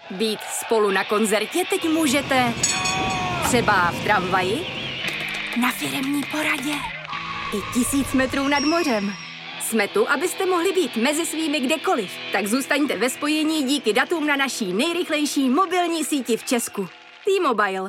Být spolu na koncertě teď můžete třeba v tramvaji, na firemní poradě i 1000 metrů nad mořem. Jsme tu, abyste mohli být mezi svými kdekoliv. Tak zůstaňte ve spojení díky datům na naší nejrychlejší mobilní síti v Česku. T-Mobile.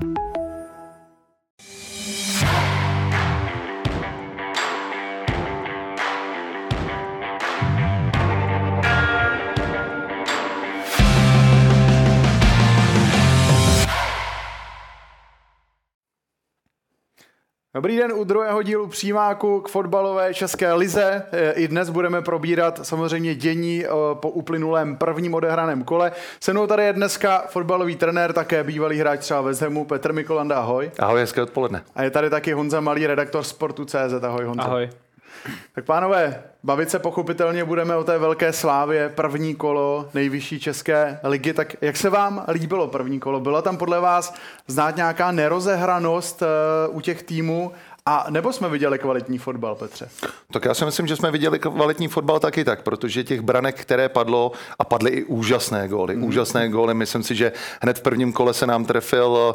Dobrý den u druhého dílu Přímáku k fotbalové české lize. I dnes budeme probírat samozřejmě dění po uplynulém prvním odehraném kole. Se mnou tady je dneska fotbalový trenér, také bývalý hráč třeba West Hamu, Petr Mikolanda, ahoj. Ahoj, hezké odpoledne. A je tady taky Honza Malý, redaktor Sportu.cz, ahoj Honzo. Ahoj. Tak pánové, bavit se pochopitelně budeme o té velké slávě, první kolo nejvyšší české ligy. Tak jak se vám líbilo první kolo? Byla tam podle vás znát nějaká nerozehranost u těch týmů? A nebo jsme viděli kvalitní fotbal, Petře? Tak já si myslím, že jsme viděli kvalitní fotbal taky tak, protože těch branek, které padlo, a padly i úžasné góly. Úžasné góly, myslím si, že hned v prvním kole se nám trefil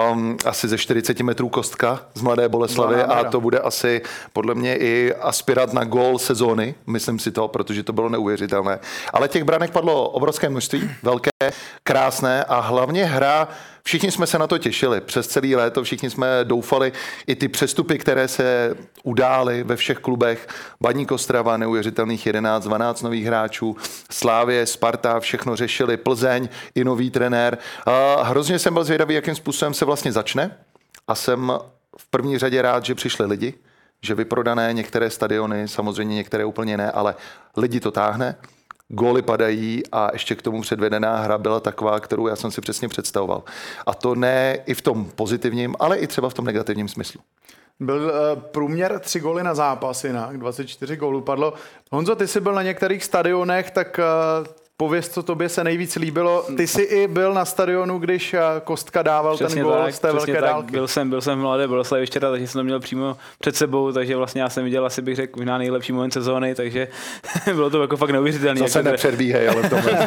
asi ze 40 metrů Kostka z Mladé Boleslavi a to bude asi podle mě i aspirant na gól sezóny, myslím si to, protože to bylo neuvěřitelné. Ale těch branek padlo obrovské množství, velké, krásné a hlavně hra. Všichni jsme se na to těšili. Přes celý léto všichni jsme doufali. I ty přestupy, které se udály ve všech klubech. Baník Ostrava, neuvěřitelných 11, 12 nových hráčů. Slávě, Sparta, všechno řešili. Plzeň, i nový trenér. Hrozně jsem byl zvědavý, jakým způsobem se vlastně začne. A jsem v první řadě rád, že přišli lidi. Že vyprodané některé stadiony, samozřejmě některé úplně ne, ale lidi to táhne. Góly padají a ještě k tomu předvedená hra byla taková, kterou já jsem si přesně představoval. A to ne i v tom pozitivním, ale i třeba v tom negativním smyslu. Byl průměr 3 góly na zápas jinak, 24 gólů padlo. Honzo, ty jsi byl na některých stadionech, tak pověz, co tobě se nejvíc líbilo. Ty jsi i byl na stadionu, když Kostka dával přesně ten gól z té velké dálky. Byl jsem v Mladé Boleslavi včera, takže jsem to měl přímo před sebou, takže vlastně já jsem viděl, asi bych řekl, možná nejlepší moment sezóny, takže bylo to jako fakt neuvěřitelné. Zase nepředbíhej, ale v tomhle.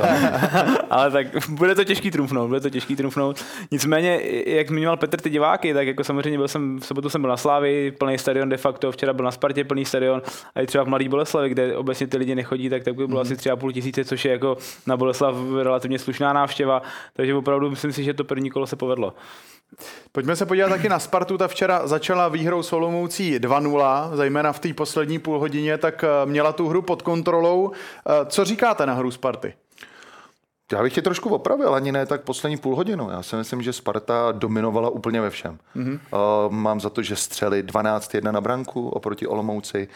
Ale tak bude to těžký trumfnout. Nicméně, jak zmiňoval Petr ty diváky, tak jako samozřejmě v sobotu jsem byl na Slávii, plný stadion de facto, včera byl na Spartě plný stadion, a i třeba v Mladé Boleslavi, kde obecně ty lidi nechodí, tak by bylo asi 3,5 tisíce, což je jako na Boleslav relativně slušná návštěva, takže opravdu myslím si, že to první kolo se povedlo. Pojďme se podívat taky na Spartu, ta včera začala výhrou s Olomoucí 2-0, zejména v té poslední půlhodině, tak měla tu hru pod kontrolou. Co říkáte na hru Sparty? Já bych tě trošku opravil, ani ne tak poslední půl hodinu. Já si myslím, že Sparta dominovala úplně ve všem. Mám za to, že střeli 12-1 na branku oproti Olomouci,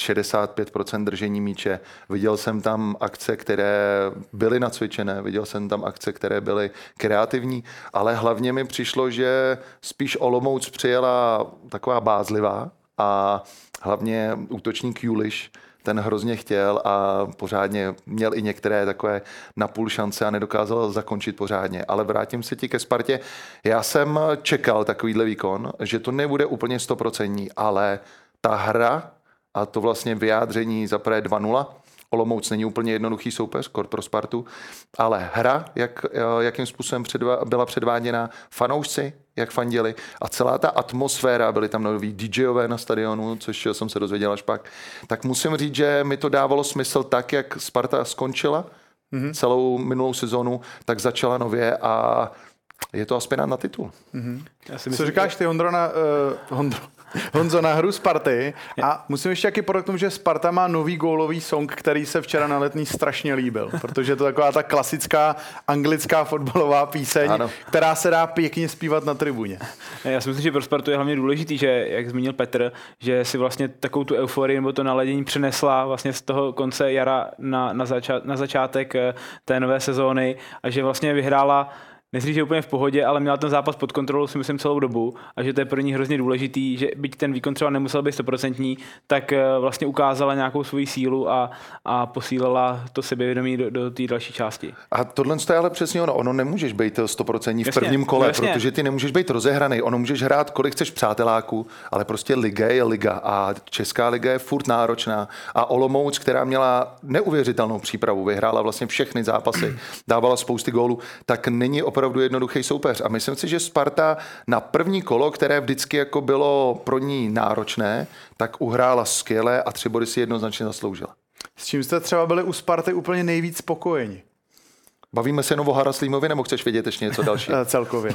65% držení míče. Viděl jsem tam akce, které byly nacvičené, viděl jsem tam akce, které byly kreativní, ale hlavně mi přišlo, že spíš Olomouc přijela taková bázlivá a hlavně útočník Juliš, ten hrozně chtěl a pořádně měl i některé takové napůl šance a nedokázal zakončit pořádně. Ale vrátím se ti ke Spartě. Já jsem čekal takovýhle výkon, že to nebude úplně 100%, ale ta hra a to vlastně vyjádření za prvé 2-0, Olomouc není úplně jednoduchý soupeř, kor pro Spartu, ale hra, jakým způsobem byla předváděna, fanoušci, jak fandili a celá ta atmosféra, byli tam noví DJové na stadionu, což jsem se dozvěděl až pak, tak musím říct, že mi to dávalo smysl tak, jak Sparta skončila celou minulou sezonu, tak začala nově a je to aspirant na titul. Co říkáš ty, Honzo, na hru Sparty? A musím ještě taky podotknout, že Sparta má nový gólový song, který se včera na Letný strašně líbil, protože to je taková ta klasická anglická fotbalová píseň, ano, která se dá pěkně zpívat na tribuně. Já si myslím, že pro Spartu je hlavně důležitý, že, jak zmínil Petr, že si vlastně takovou tu euforii nebo to naladění přenesla vlastně z toho konce jara na začátek té nové sezóny a že vlastně vyhrála nechci, že úplně v pohodě, ale měla ten zápas pod kontrolou si myslím celou dobu a že to je pro ní hrozně důležitý, že byť ten výkon třeba nemusel být 100%, tak vlastně ukázala nějakou svoji sílu a posílala to sebevědomí do té další části. A tohle je ale přesně ono nemůžeš být 100% v prvním kole, protože ty nemůžeš být rozehraný, ono můžeš hrát kolik chceš přáteláků, ale prostě liga je liga a Česká liga je furt náročná a Olomouc, která měla neuvěřitelnou přípravu, vyhrála vlastně všechny zápasy, dávala spousty gólů, tak není opravdu jednoduchý soupeř. A myslím si, že Sparta na první kolo, které vždycky jako bylo pro ní náročné, tak uhrála skvěle a 3 body si jednoznačně zasloužila. S čím jste třeba byli u Sparty úplně nejvíc spokojeni? Bavíme se jenom o Haraslímovi, nebo chceš vědět ještě něco dalšího? Celkově.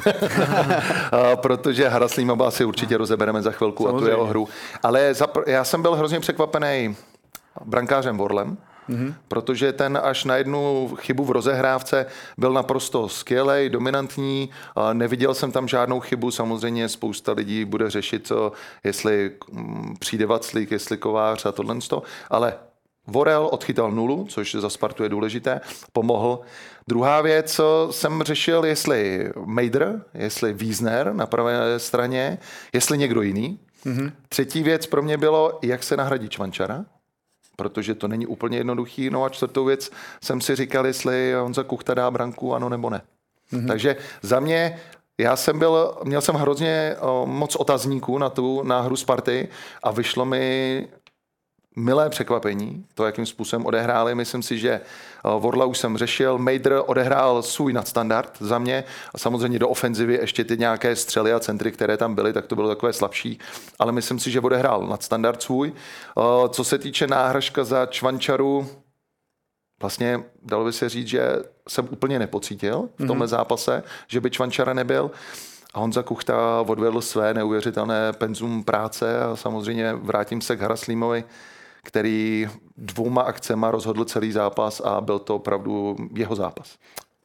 Protože Haraslímova asi určitě rozebereme za chvilku. Samozřejmě. A tu jeho hru. Ale já jsem byl hrozně překvapený brankářem Vorlem, protože ten až na jednu chybu v rozehrávce byl naprosto skvělej, dominantní, neviděl jsem tam žádnou chybu, samozřejmě spousta lidí bude řešit, jestli přijde Vaclík, jestli Kovář a tohle, ale Vorel odchytal 0, což za Spartu je důležité, pomohl. Druhá věc, jsem řešil, jestli Mejdr, jestli Wiesner na pravé straně, jestli někdo jiný. Třetí věc pro mě bylo, jak se nahradí Čvančara, protože to není úplně jednoduchý. No a čtvrtou věc jsem si říkal, jestli Honza Kuchta dá branku, ano nebo ne. Takže za mě, měl jsem hrozně moc otazníků na hru Sparty a vyšlo mi milé překvapení, to, jakým způsobem odehráli. Myslím si, že Vorla už jsem řešil, Mejdr odehrál svůj nadstandard za mě a samozřejmě do ofenzivy ještě ty nějaké střely a centry, které tam byly, tak to bylo takové slabší, ale myslím si, že odehrál nadstandard svůj. Co se týče náhražka za Čvančaru, vlastně dalo by se říct, že jsem úplně nepocítil v tomhle zápase, že by Čvančara nebyl. A Honza Kuchta odvedl své neuvěřitelné penzum práce a samozřejmě vrátím se k Haraslímovi, který 2 akcema rozhodl celý zápas a byl to opravdu jeho zápas.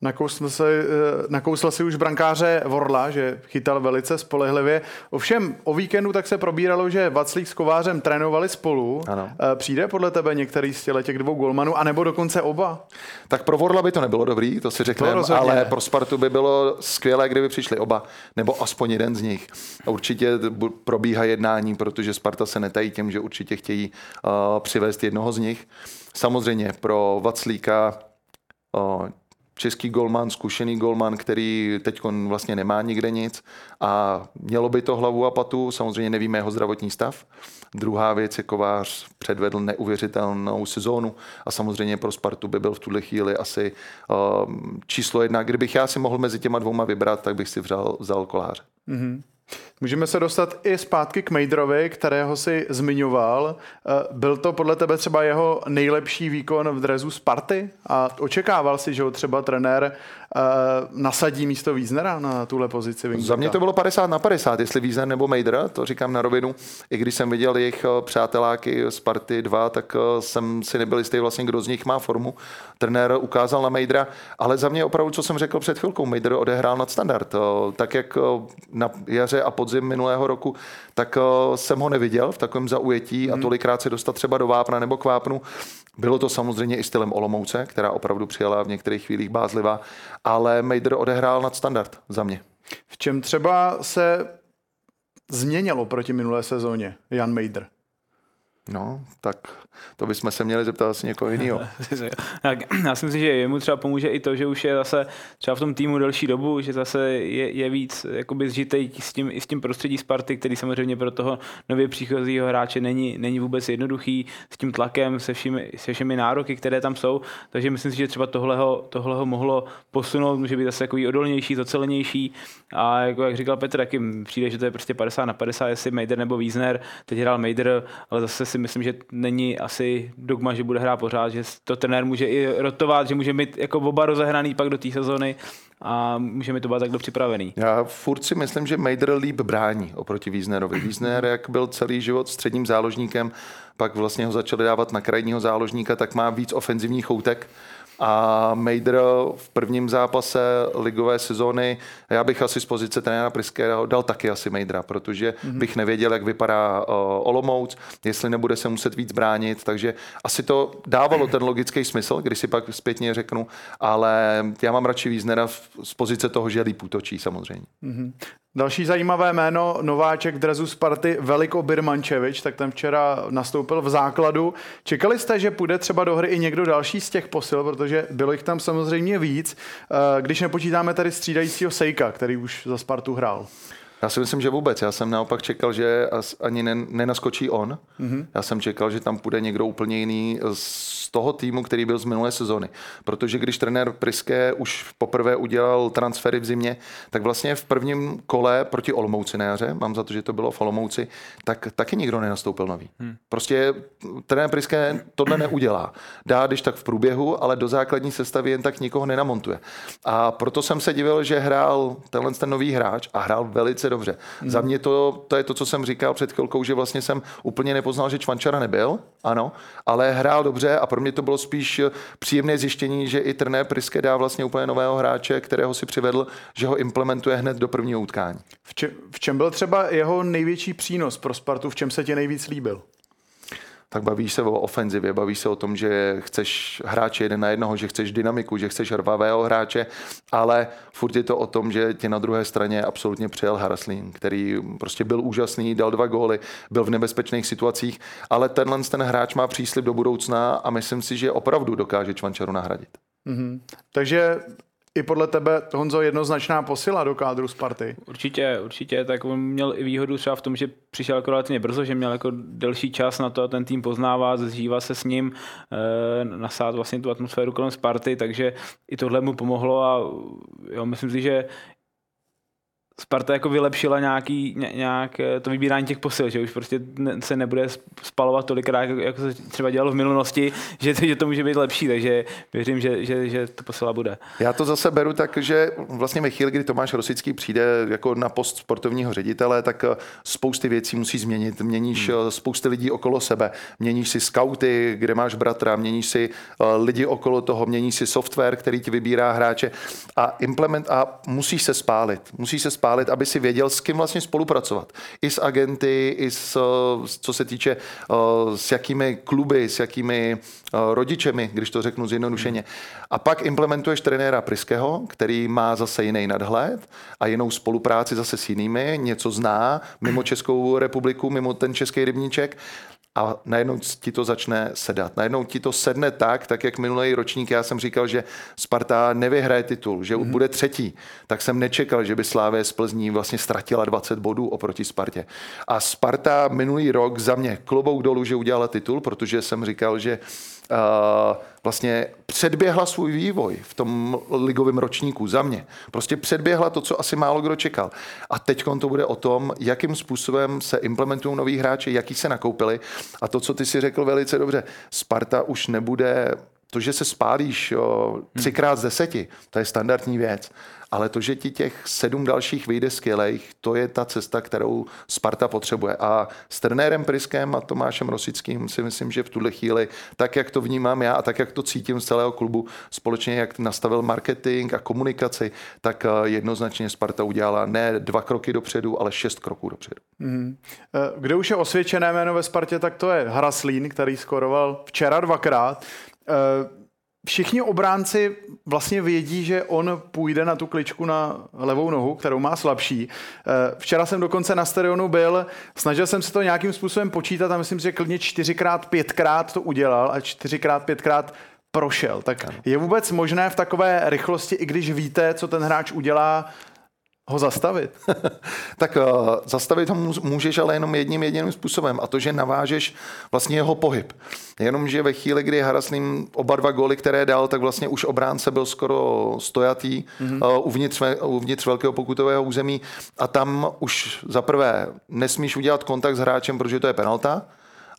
Nakousl si už brankáře Vorla, že chytal velice spolehlivě. Ovšem o víkendu tak se probíralo, že Vaclík s Kovářem trénovali spolu. Ano. Přijde podle tebe některý z těch 2 golmanů, anebo dokonce oba? Tak pro Vorla by to nebylo dobrý, to si řekneme, ale pro Spartu by bylo skvělé, kdyby přišli oba, nebo aspoň jeden z nich. A určitě probíhá jednání, protože Sparta se netají tím, že určitě chtějí přivést jednoho z nich. Samozřejmě pro Vaclíka český golman, zkušený golman, který teď vlastně nemá nikde nic a mělo by to hlavu a patu, samozřejmě nevíme jeho zdravotní stav. Druhá věc je Kovář předvedl neuvěřitelnou sezónu a samozřejmě pro Spartu by byl v tuhle chvíli asi číslo 1. Kdybych já si mohl mezi těma 2 vybrat, tak bych si vzal Koláře. Můžeme se dostat i zpátky k Mejdrovi, kterého si zmiňoval. Byl to podle tebe třeba jeho nejlepší výkon v dresu Sparty? A očekával si, že ho třeba trenér nasadí místo Wiesnera na tuhle pozici Wingerta? Za mě to bylo 50/50, jestli Wiesner nebo Mejdr, to říkám na rovinu. I když jsem viděl jejich přáteláky Sparty 2, tak jsem si nebyl jistý vlastně, kdo z nich má formu. Trenér ukázal na Mejdra, ale za mě opravdu, co jsem řekl před chvilkou, Mejdr odehrál nadstandard. Tak jak na jaře a podzim minulého roku, tak jsem ho neviděl v takovém zaujetí a tolikrát se dostat třeba do vápna nebo k vápnu. Bylo to samozřejmě i stylem Olomouce, která opravdu přijela v některých chvílích bázlivá, ale Mejdr odehrál nadstandard za mě. V čem třeba se změnilo proti minulé sezóně Jan Mejdr? No, tak to bychom se měli zeptat asi někoho jiného. Já si myslím, že jemu třeba pomůže i to, že už je zase třeba v tom týmu delší dobu, že zase je víc jakoby zžitej s tím prostředí Sparty, který samozřejmě pro toho nově příchozího hráče není vůbec jednoduchý, s tím tlakem, se všemi nároky, které tam jsou. Takže myslím si, že třeba tohle mohlo posunout, může být zase takový odolnější, zacelenější. A jako jak říkal Petr, taky přijde, že to je prostě 50/50, jestli Mejdr nebo Wiesner. Teď hrál Mejdr, ale zase si myslím, že není asi dogma, že bude hrát pořád, že to trenér může i rotovat, že může mít jako oba rozehraný pak do té sezony a může mít to být takhle připravený. Já furt si myslím, že Mejdr líp brání oproti Wiesnerovi. Wiesner, jak byl celý život středním záložníkem, pak vlastně ho začali dávat na krajního záložníka, tak má víc ofenzivních choutek. A Mejdr v prvním zápase ligové sezóny, já bych asi z pozice trenéra Priského dal taky asi Mejdra, protože bych nevěděl, jak vypadá Olomouc, jestli nebude se muset víc bránit, takže asi to dávalo ten logický smysl, když si pak zpětně řeknu, ale já mám radši Wiesnera z pozice toho, že líp útočí samozřejmě. Další zajímavé jméno, nováček v dresu Sparty, Veliko Birmančevič, tak ten včera nastoupil v základu. Čekali jste, že půjde třeba do hry i někdo další z těch posil, protože bylo jich tam samozřejmě víc, když nepočítáme tady střídajícího Sejka, který už za Spartu hrál. Já si myslím, že vůbec. Já jsem naopak čekal, že ani nenaskočí on. Já jsem čekal, že tam půjde někdo úplně jiný z toho týmu, který byl z minulé sezony. Protože když trenér Priské už poprvé udělal transfery v zimě, tak vlastně v prvním kole proti Olomouci na jaře, mám za to, že to bylo v Olomouci, tak taky nikdo nenastoupil nový. Prostě trenér Priské tohle neudělá. Dá, když tak v průběhu, ale do základní sestavy jen tak nikoho nenamontuje. A proto jsem se divil, že hrál ten nový hráč a hrál velice dobře. Za mě to je to, co jsem říkal před chvilkou, že vlastně jsem úplně nepoznal, že Čvančara nebyl, ano, ale hrál dobře a pro mě to bylo spíš příjemné zjištění, že i trenér Priske dá vlastně úplně nového hráče, kterého si přivedl, že ho implementuje hned do prvního utkání. V čem byl třeba jeho největší přínos pro Spartu, v čem se ti nejvíc líbil? Tak bavíš se o ofenzivě, bavíš se o tom, že chceš hráče jeden na jednoho, že chceš dynamiku, že chceš rvavého hráče, ale furt je to o tom, že tě na druhé straně absolutně přijel Haraslín, který prostě byl úžasný, dal 2 góly, byl v nebezpečných situacích, ale ten hráč má příslib do budoucna a myslím si, že opravdu dokáže Čvančaru nahradit. Takže i podle tebe, Honzo, jednoznačná posila do kádru Sparty? Určitě, tak on měl i výhodu třeba v tom, že přišel jako relativně brzo, že měl jako delší čas na to ten tým poznávat, zžívat se s ním, nasát vlastně tu atmosféru kolem Sparty, takže i tohle mu pomohlo a jo, myslím si, že Sparta jako vylepšila nějak to vybírání těch posil, že už prostě se nebude spalovat tolikrát, jako se třeba dělalo v minulosti, že to může být lepší, takže věřím, že to posila bude. Já to zase beru tak, že vlastně ve chvíli, kdy Tomáš Rosický přijde jako na post sportovního ředitele, tak spousty věcí musí změnit. Měníš spousty lidí okolo sebe, měníš si skauty, kde máš bratra, měníš si lidi okolo toho, měníš si software, který ti vybírá hráče a musíš se spálit, aby si věděl, s kým vlastně spolupracovat. I s agenty, i co se týče s jakými kluby, s jakými rodičemi, když to řeknu zjednodušeně. A pak implementuješ trenéra Priského, který má zase jiný nadhled a jinou spolupráci zase s jinými, něco zná mimo Českou republiku, mimo ten český rybníček. A najednou ti to začne sedat. Najednou ti to sedne tak jak minulý ročník. Já jsem říkal, že Sparta nevyhraje titul, že bude 3. Tak jsem nečekal, že by Slavia z Plzní vlastně ztratila 20 bodů oproti Spartě. A Sparta minulý rok za mě klobouk dolů, že udělala titul, protože jsem říkal, že vlastně předběhla svůj vývoj v tom ligovém ročníku za mě. Prostě předběhla to, co asi málo kdo čekal. A teď to bude o tom, jakým způsobem se implementují noví hráči, jaký se nakoupili. A to, co ty si řekl velice dobře, Sparta už nebude to, že se spálíš 3x z 10, to je standardní věc. Ale to, že ti těch 7 dalších vyjde skvělejch, to je ta cesta, kterou Sparta potřebuje. A s trenérem Priskem a Tomášem Rosickým si myslím, že v tuhle chvíli, tak jak to vnímám já a tak jak to cítím z celého klubu, společně jak nastavil marketing a komunikaci, tak jednoznačně Sparta udělala ne 2 kroky dopředu, ale 6 kroků dopředu. Kde už je osvědčené jméno ve Spartě, tak to je Haraslín, který skoroval včera 2krát. Všichni obránci vlastně vědí, že on půjde na tu kličku na levou nohu, kterou má slabší. Včera jsem dokonce na stadionu byl, snažil jsem se to nějakým způsobem počítat a myslím si, že klidně 4x, 5krát to udělal a 4x, 5krát prošel. Tak je vůbec možné v takové rychlosti, i když víte, co ten hráč udělá, ho zastavit? Tak zastavit ho můžeš, ale jenom jediným způsobem. A to, že navážeš vlastně jeho pohyb. Jenomže ve chvíli, kdy Haraslín oba 2 góly, které dal, tak vlastně už obránce byl skoro stojatý uvnitř velkého pokutového území. A tam už za prvé nesmíš udělat kontakt s hráčem, protože to je penalta.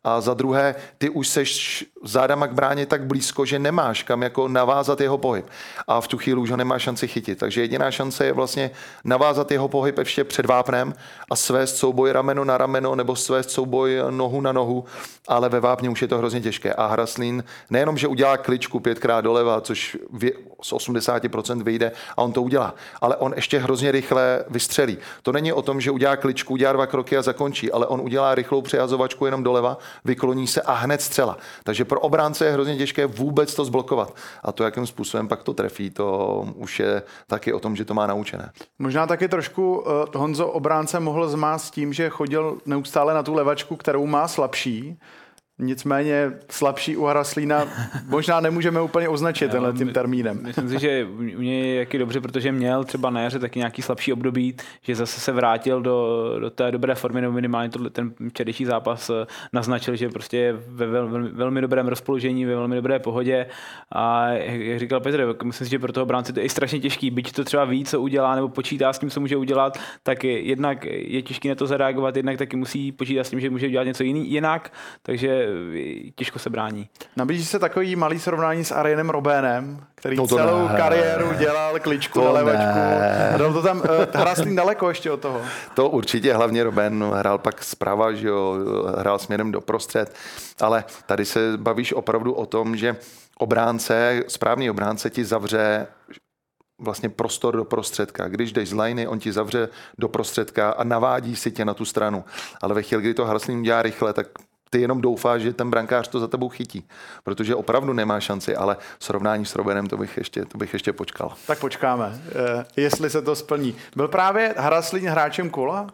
A za druhé, ty už seš zádama k bráně tak blízko, že nemáš kam jako navázat jeho pohyb. A v tu chvíli už ho nemáš šanci chytit. Takže jediná šance je vlastně navázat jeho pohyb ještě před vápnem a svést souboj rameno na rameno nebo svést souboj nohu na nohu, ale ve vápně už je to hrozně těžké. A Haraslín nejenom, že udělá kličku 5krát doleva, což z 80% vyjde a on to udělá, ale on ještě hrozně rychle vystřelí. To není o tom, že udělá kličku, udělá 2 kroky a zakončí, ale on udělá rychlou přihazovačku jenom doleva, vykloní se a hned střela. Takže pro obránce je hrozně těžké vůbec to zblokovat. A to, jakým způsobem pak to trefí, to už je taky o tom, že to má naučené. Možná taky trošku Honzo obránce mohl zmást tím, že chodil neustále na tu levačku, kterou má slabší. Nicméně slabší u Haraslína možná nemůžeme úplně označit tenhle tím termínem. Myslím si, že u něj je jaký dobře, protože měl třeba na jaře taky nějaký slabší období, že zase se vrátil do té dobré formy, nebo minimálně ten včerejší zápas naznačil, že prostě je ve velmi dobrém rozpoložení, ve velmi dobré pohodě a jak říkal Petr, myslím si, že pro toho bránce to je i strašně těžký, byť to třeba ví, co udělá, nebo počítá s tím, co může udělat, tak jednak je těžký na to zareagovat, jednak taky musí počítat s tím, že může udělat něco jinak, takže těžko se brání. Nabízí se takový malý srovnání s Arjenem Robénem, který celou kariéru dělal kličku na levačku. Dal to tam Haraslín daleko ještě od toho. To určitě, hlavně Robén hrál pak zprava, že jo, hrál směrem doprostřed, ale tady se bavíš opravdu o tom, že správný obránce ti zavře vlastně prostor do prostředka. Když jdeš z liney, on ti zavře do prostředka a navádí si tě na tu stranu. Ale ve chvíli, kdy to Haraslín dělá rychle, tak ty jenom doufáš, že ten brankář to za tebou chytí, protože opravdu nemá šanci, ale srovnání s Robenem to bych ještě počkal. Tak počkáme, jestli se to splní. Byl právě Haraslín hráčem kola?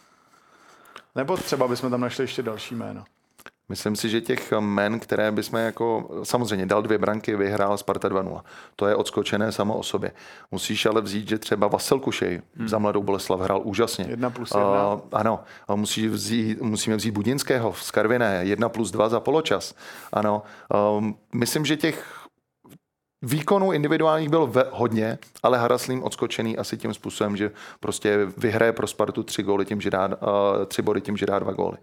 Nebo třeba bychom tam našli ještě další jméno? Myslím si, že těch men, které bychom jako, samozřejmě dal 2 branky, vyhrál Sparta 2-0. To je odskočené samo o sobě. Musíš ale vzít, že třeba Vasil Kušej za Mladou Boleslav hrál úžasně. 1+1. Ano, a musíme vzít Budinského z Karviné, 1+2 za poločas. Ano, myslím, že těch výkonů individuálních bylo hodně, ale Haraslín odskočený asi tím způsobem, že prostě vyhraje pro Spartu 3 body tím, že dá 2 góly.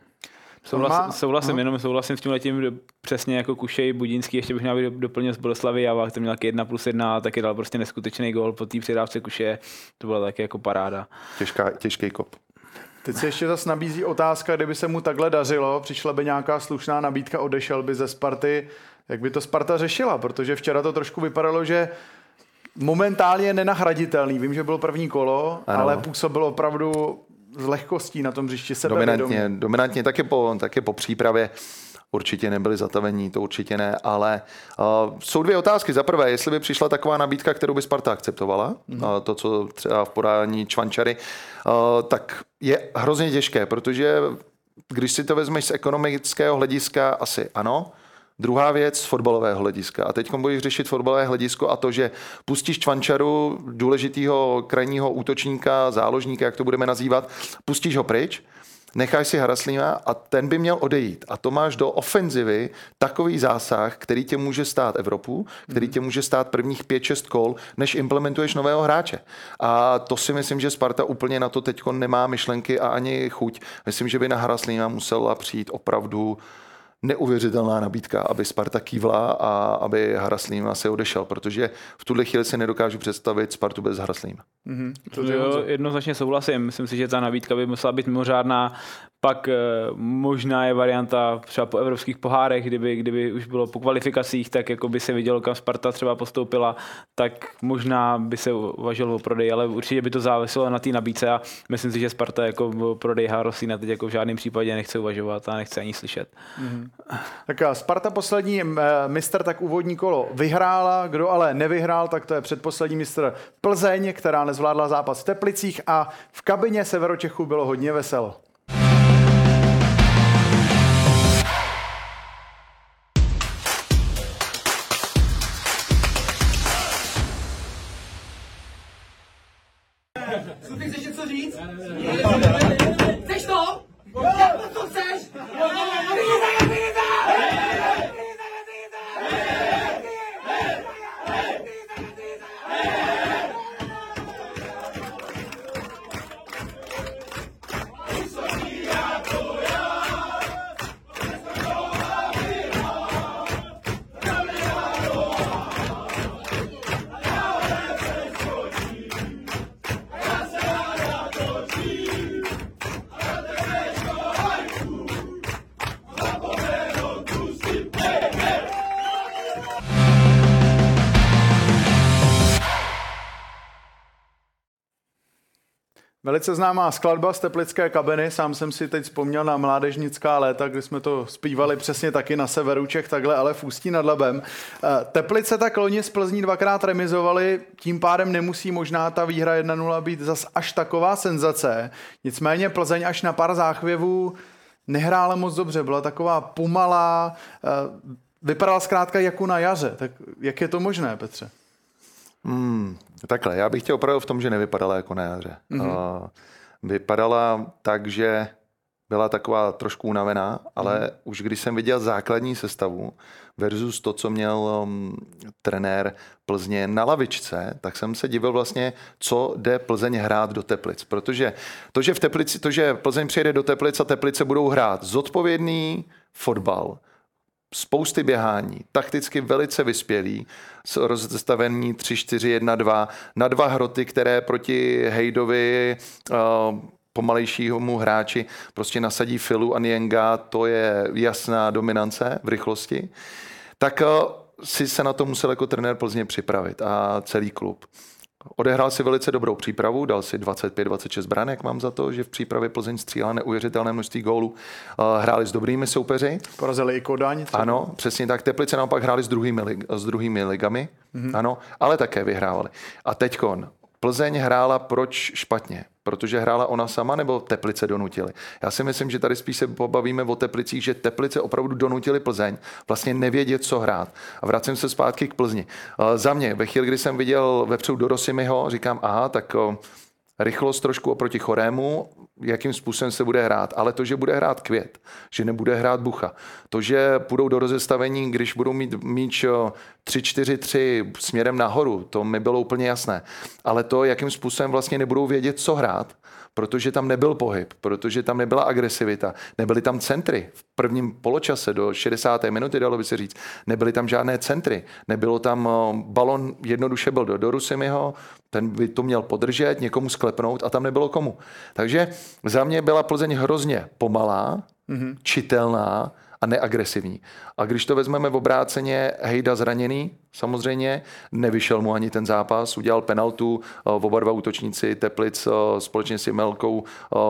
Souhlasím s tímhletím přesně jako Kušej, Budínský, ještě bych měl doplnit z Boleslavy, Javák, ten měl 1+1 a taky dal prostě neskutečný gól po té přidávce Kušeje, to byla taky jako paráda. Těžký kop. Teď se ještě zase nabízí otázka, kdyby se mu takhle dařilo, přišla by nějaká slušná nabídka, odešel by ze Sparty, jak by to Sparta řešila, protože včera to trošku vypadalo, že momentálně je nenahraditelný, vím, že bylo první kolo, ano. Ale působil opravdu s lehkostí na tom hřišti sebevědomě. Dominantně taky po přípravě určitě nebyli zatavení, to určitě ne, ale jsou 2 otázky. Za prvé, jestli by přišla taková nabídka, kterou by Sparta akceptovala, to, co třeba v podání Čvančary, tak je hrozně těžké, protože když si to vezmeš z ekonomického hlediska, asi ano. Druhá věc z fotbalového hlediska. A teď budeš řešit fotbalové hledisko a to, že pustíš Čvančaru, důležitýho krajního útočníka, záložníka, jak to budeme nazývat, pustíš ho pryč, necháš si Haraslína a ten by měl odejít. A to máš do ofenzivy takový zásah, který tě může stát Evropu, který tě může stát prvních 5-6 kol, než implementuješ nového hráče. A to si myslím, že Sparta úplně na to teďko nemá myšlenky a ani chuť. Myslím, že by na Haraslína musela přijít opravdu neuvěřitelná nabídka, aby Sparta kývla a aby Haraslín asi odešel, protože v tuhle chvíli si nedokážu představit Spartu bez Haraslína. Jo, jednoznačně souhlasím. Myslím si, že ta nabídka by musela být mimořádná. Pak možná je varianta třeba po evropských pohárech, kdyby už bylo po kvalifikacích, tak jako by se vidělo, kam Sparta třeba postoupila, tak možná by se uvažilo o prodej, ale určitě by to záviselo na té nabídce a myslím si, že Sparta jako o prodej Haraslína teď jako v žádném případě nechce uvažovat a nechce ani slyšet. Tak a Sparta poslední mistr, tak úvodní kolo vyhrála, kdo ale nevyhrál, tak to je předposlední mistr Plzeň, která nezvládla zápas v Teplicích a v kabině Severočechů bylo hodně veselo. Chceš něco říct? Chceš to? Co chceš? Velice známá skladba z teplické kabiny, sám jsem si teď vzpomněl na mládežnická léta, kdy jsme to zpívali přesně taky na severu Čech, takhle, ale v Ústí nad Labem. Teplice tak loni z Plzní 2krát remizovali, tím pádem nemusí možná ta výhra 1-0 být zas až taková senzace. Nicméně Plzeň až na pár záchvěvů nehrála moc dobře, byla taková pomalá, vypadala zkrátka jako na jaře. Tak jak je to možné, Petře? Takhle, já bych tě opravil v tom, že nevypadala jako na jaře. Vypadala tak, že byla taková trošku unavená, ale už když jsem viděl základní sestavu versus to, co měl trenér Plzně na lavičce, tak jsem se divil vlastně, co jde Plzeň hrát do Teplic. Protože to, že Plzeň přijede do Teplic a Teplice budou hrát zodpovědný fotbal, spousty běhání, takticky velice vyspělý, rozestavený 3-4-1-2 na 2 hroty, které proti Hejdovi pomalejšímu hráči prostě nasadí Filu a Nienga, to je jasná dominance v rychlosti, tak si se na to musel jako trenér Plzně připravit a celý klub. Odehrál si velice dobrou přípravu, dal si 25-26 branek, mám za to, že v přípravě Plzeň střílela neuvěřitelné množství gólů. Hráli s dobrými soupeři. Porazili i Kodaň. Ano, přesně tak. Teplice naopak hráli s druhými ligami, ano, ale také vyhrávali. A teďkon, Plzeň hrála proč špatně? Protože hrála ona sama, nebo Teplice donutili? Já si myslím, že tady spíš se pobavíme o Teplicích, že Teplice opravdu donutili Plzeň vlastně nevědět, co hrát. A vracím se zpátky k Plzni. Za mě, ve chvíli, kdy jsem viděl vepředu Dorosimiho, říkám, aha, tak rychlost trošku oproti Chorému, jakým způsobem se bude hrát. Ale to, že bude hrát Květ, že nebude hrát Bucha, to, že půjdou do rozestavení, když budou mít míč 3-4-3 směrem nahoru, to mi bylo úplně jasné. Ale to, jakým způsobem vlastně nebudou vědět, co hrát, protože tam nebyl pohyb, protože tam nebyla agresivita, nebyly tam centry. V prvním poločase do 60. minuty, dalo by se říct, nebyly tam žádné centry. Nebylo tam, balon jednoduše byl do Dorosimiho, ten by to měl podržet, někomu sklepnout a tam nebylo komu. Takže za mě byla Plzeň hrozně pomalá, čitelná a neagresivní. A když to vezmeme v obráceně, Hejda zraněný, samozřejmě, nevyšel mu ani ten zápas, udělal penaltu, oba dva útočníci Teplic společně s Jemelkou,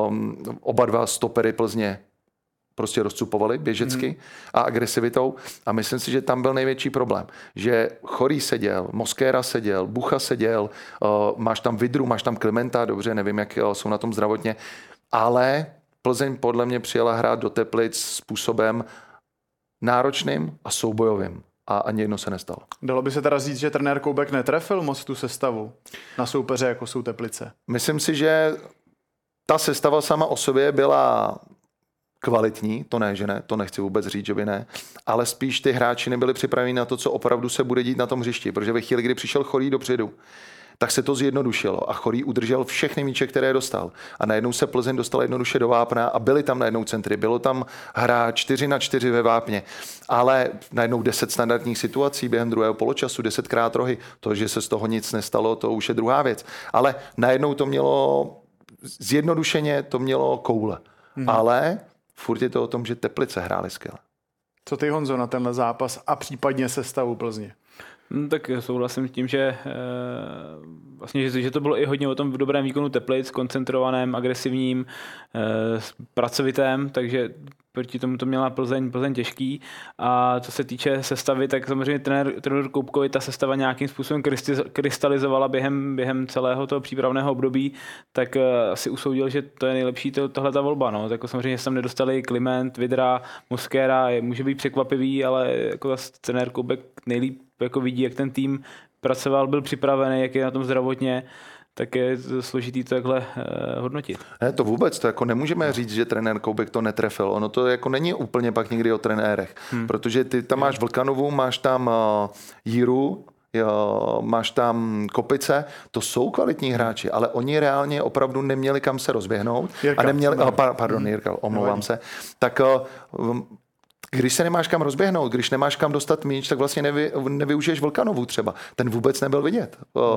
oba dva stopery Plzně prostě rozcupovali běžecky a agresivitou. A myslím si, že tam byl největší problém. Že Chorý seděl, Mosquera seděl, Bucha seděl, máš tam Vidru, máš tam Klimenta, dobře, nevím, jak jsou na tom zdravotně, ale Plzeň podle mě přijela hrát do Teplic způsobem náročným a soubojovým. A ani jedno se nestalo. Dalo by se teda říct, že trenér Koubek netrefil moc tu sestavu na soupeře, jako jsou Teplice? Myslím si, že ta sestava sama o sobě byla kvalitní, to ne, že ne, to nechci vůbec říct, že by ne, ale spíš ty hráči nebyli připraveni na to, co opravdu se bude dít na tom hřišti, protože ve chvíli, kdy přišel Chorý dopředu, tak se to zjednodušilo a Chorý udržel všechny míče, které dostal. A najednou se Plzeň dostala jednoduše do vápna a byly tam najednou centry. Bylo tam hra 4-4 ve vápně, ale najednou 10 standardních situací během druhého poločasu, 10krát rohy. To, že se z toho nic nestalo, to už je druhá věc. Ale najednou to mělo, zjednodušeně to mělo koule. Ale furt je to o tom, že Teplice hrály skvěle. Co ty, Honzo, na tenhle zápas a případně sestavu Plzně? Tak souhlasím s tím, že vlastně, že to bylo i hodně o tom dobrém výkonu Teplic, koncentrovaném, agresivním, pracovitém, takže proti tomu to měla Plzeň těžký. A co se týče sestavy, tak samozřejmě trenér Koubkovi ta sestava nějakým způsobem krystalizovala během celého toho přípravného období, tak asi usoudil, že to je nejlepší tahle ta volba. No. Tak samozřejmě se tam nedostali Kliment, Vidra, Mosquera, může být překvapivý, ale jako trenér Koubek nejlíp jako vidí, jak ten tým pracoval, byl připravený, jak je na tom zdravotně, tak je složitý to takhle hodnotit. Ne, to vůbec, to jako nemůžeme říct, že trenér Koubek to netrefil. Ono to jako není úplně pak někdy o trenérech, protože ty tam máš Vlkanovu, máš tam Jiru, máš tam Kopice, to jsou kvalitní hráči, ale oni reálně opravdu neměli kam se rozběhnout. Jirka, a neměli, Jirka, omlouvám se. Tak Když se nemáš kam rozběhnout, když nemáš kam dostat míč, tak vlastně nevyužiješ Vlkanovu třeba. Ten vůbec nebyl vidět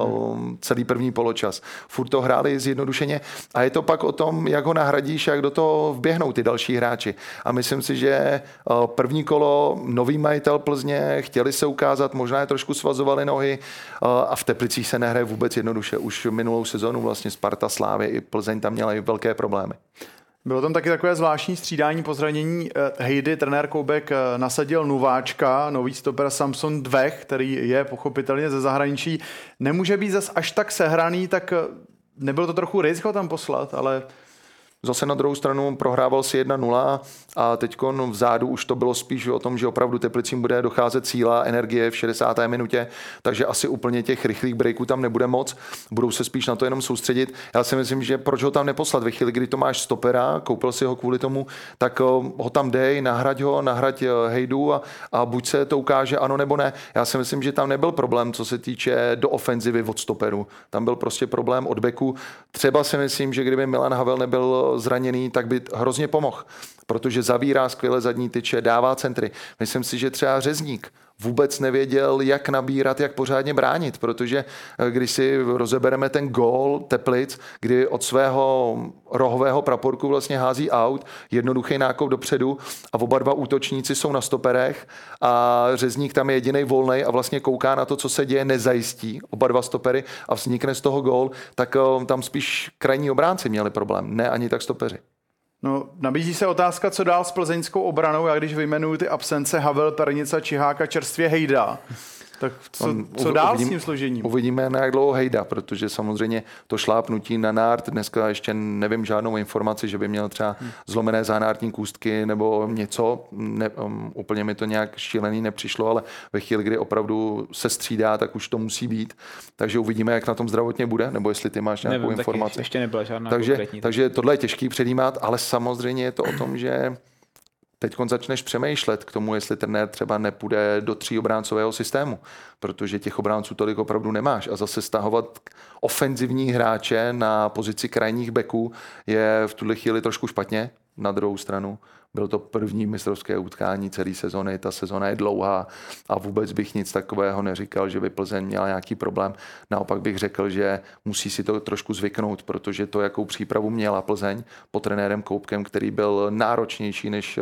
celý první poločas. Furt to hráli zjednodušeně a je to pak o tom, jak ho nahradíš, jak do toho vběhnou ty další hráči. A myslím si, že první kolo nový majitel Plzně, chtěli se ukázat, možná je trošku svazovali nohy a v Teplicích se nehraje vůbec jednoduše. Už minulou sezonu vlastně Sparta, Slávě i Plzeň tam měla i velké problémy. Bylo tam taky takové zvláštní střídání po zranění Hejdy. Trenér Koubek nasadil nováčka, nový stoper Samson Dvech, který je pochopitelně ze zahraničí. Nemůže být zas až tak sehraný, tak nebylo to trochu risk ho tam poslat, ale... Zase na druhou stranu prohrával si 1-0 a teď vzadu už to bylo spíš o tom, že opravdu Teplicím bude docházet síla, energie v 60. minutě, takže asi úplně těch rychlých breaků tam nebude moc. Budou se spíš na to jenom soustředit. Já si myslím, že proč ho tam neposlat ve chvíli, kdy to máš stopera, koupil si ho kvůli tomu, tak ho tam dej, nahrať Hejdu a buď se to ukáže ano nebo ne. Já si myslím, že tam nebyl problém, co se týče do ofenzivy od stoperu. Tam byl prostě problém od beku. Třeba si myslím, že kdyby Milan Havel nebyl zraněný, tak by hrozně pomohl, protože zavírá skvěle zadní tyče, dává centry. Myslím si, že třeba Řezník vůbec nevěděl, jak nabírat, jak pořádně bránit, protože když si rozebereme ten gól Teplic, kdy od svého rohového praporku vlastně hází out, jednoduchý nákop dopředu a oba dva útočníci jsou na stoperech a Řezník tam je jedinej volnej a vlastně kouká na to, co se děje, nezajistí oba dva stopery a vznikne z toho gól, tak tam spíš krajní obránci měli problém, ne ani tak stopeři. No, nabízí se otázka, co dál s plzeňskou obranou. Já když vyjmenuju ty absence Havel, Pernica, Čiháka, čerstvě Hejda, tak co dál s tím složením? Uvidíme, na jak dlouho Hejda, protože samozřejmě to šlápnutí na nárt, dneska ještě nevím žádnou informaci, že by měl třeba zlomené zánártní kůstky nebo něco, úplně mi to nějak šílený nepřišlo, ale ve chvíli, kdy opravdu se střídá, tak už to musí být. Takže uvidíme, jak na tom zdravotně bude, nebo jestli ty máš nějakou informaci. Ještě nebyla žádná konkrétní. Takže tohle je těžký předjímat, ale samozřejmě je to o tom, že teď začneš přemýšlet k tomu, jestli trenér třeba nepůjde do 3 obráncového systému, protože těch obránců tolik opravdu nemáš a zase stahovat ofenzivní hráče na pozici krajních beků je v tuhle chvíli trošku špatně. Na druhou stranu byl to první mistrovské utkání celé sezony, ta sezona je dlouhá a vůbec bych nic takového neříkal, že by Plzeň měla nějaký problém. Naopak bych řekl, že musí si to trošku zvyknout, protože to, jakou přípravu měla Plzeň pod trenérem Koubkem, který byl náročnější než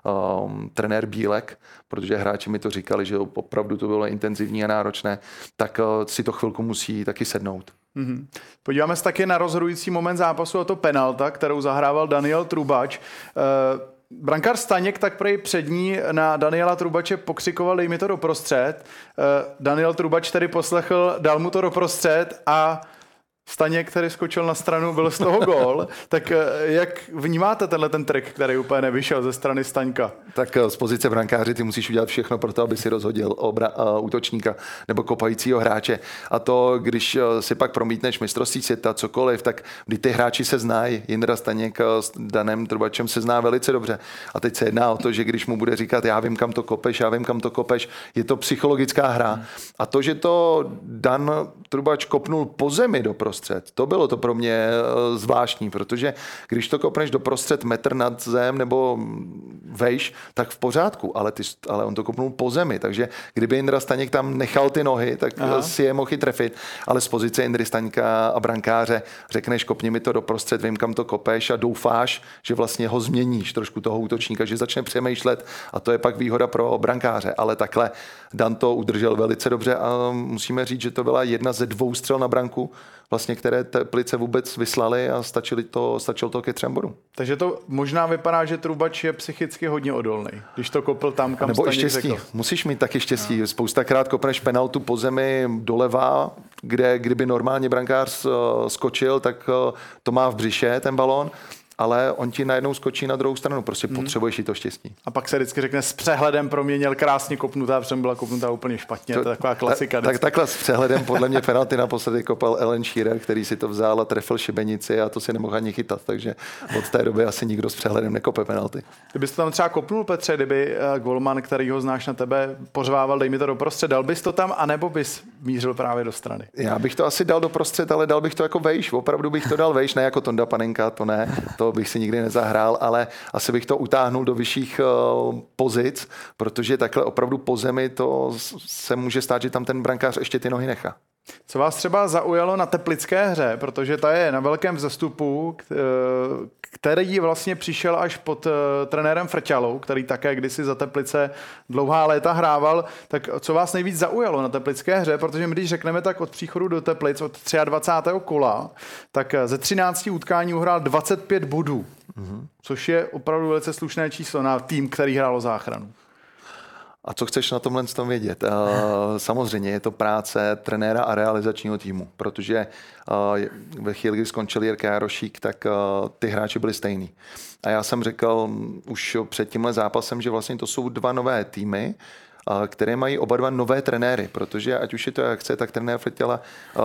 trenér Bílek, protože hráči mi to říkali, že opravdu to bylo intenzivní a náročné, tak si to chvilku musí taky sednout. Mm-hmm. Podíváme se taky na rozhodující moment zápasu, a to penalta, kterou zahrával Daniel Trubač. Brankář Staněk tak prej před ní na Daniela Trubače pokřikoval, dej mi to doprostřed. Daniel Trubač tedy poslechl, dal mu to doprostřed a Staněk, který skočil na stranu, byl z toho gól. Tak jak vnímáte ten trik, který úplně nevyšel ze strany Staňka? Tak z pozice brankáře ty musíš udělat všechno pro to, aby si rozhodil útočníka nebo kopajícího hráče. A to, když si pak promítneš mistrovství světa, cokoliv, tak kdy ty hráči se znají. Jindra Staněk s Danem Trubačem se zná velice dobře. A teď se jedná o to, že když mu bude říkat, já vím, kam to kopeš, je to psychologická hra. A to, že to Dan Trubač kopnul po zemi doprostřed, to bylo to pro mě zvláštní, protože když to kopneš doprostřed metr nad zem nebo vejš, tak v pořádku, ale on to kopnul po zemi, takže kdyby Jindra Staněk tam nechal ty nohy, tak si je mohl i trefit, ale z pozice Jindry Staňka a brankáře řekneš, kopni mi to doprostřed, vím, kam to kopeš a doufáš, že vlastně ho změníš trošku toho útočníka, že začne přemýšlet a to je pak výhoda pro brankáře, ale takhle Dan to udržel velice dobře a musíme říct, že to byla jedna ze 2 střel na branku, vlastně, které Teplice vůbec vyslali a stačilo to ke 3 bodům. Takže to možná vypadá, že Trubač je psychicky hodně odolný, když to kopl tam, kam nebo Staněk řekl. Musíš mít taky štěstí. No. Spoustakrát kopneš penaltu po zemi doleva, kde kdyby normálně brankář skočil, tak to má v břiše ten balón, ale on ti najednou skočí na druhou stranu, prostě potřebuješ i to štěstí. A pak se vždycky řekne, s přehledem proměnil krásně kopnutá, protože byla kopnutá úplně špatně, to je taková klasika. Tak takhle s přehledem podle mě penalty naposledy kopal Ellen Shearer, který si to vzal a trefil šibenici a to si nemohl ani chytat, takže od té doby asi nikdo s přehledem nekope penalty. Kdybys to tam třeba kopnul, Petře, kdyby golman, který ho znáš na tebe, pořvával, dej mi to doprostřed, dal bys to tam, anebo bys mířil právě do strany? Já bych to asi dal doprostřed, ale dal bych to jako vejš, opravdu bych to dal vejš, ne jako Tonda Panenka, to ne. To to bych si nikdy nezahrál, ale asi bych to utáhnul do vyšších pozic, protože takhle opravdu po zemi to se může stát, že tam ten brankář ještě ty nohy nechá. Co vás třeba zaujalo na teplické hře, protože ta je na velkém vzestupu, který vlastně přišel až pod trenérem Frťalou, který také kdysi za Teplice dlouhá léta hrával, tak co vás nejvíc zaujalo na teplické hře, protože my když řekneme tak od příchodu do Teplic od 23. kola, tak ze 13 utkání uhrál 25 bodů, což je opravdu velice slušné číslo na tým, který hrál o záchranu. A co chceš na tomhle tom vědět? Samozřejmě je to práce trenéra a realizačního týmu, protože ve chvíli, kdy skončil Jirka Jarošík, tak ty hráči byli stejný. A já jsem řekl už před tímhle zápasem, že vlastně to jsou dva nové týmy, které mají oba dva nové trenéry, protože ať už je to jak chce, tak trenér Frtěla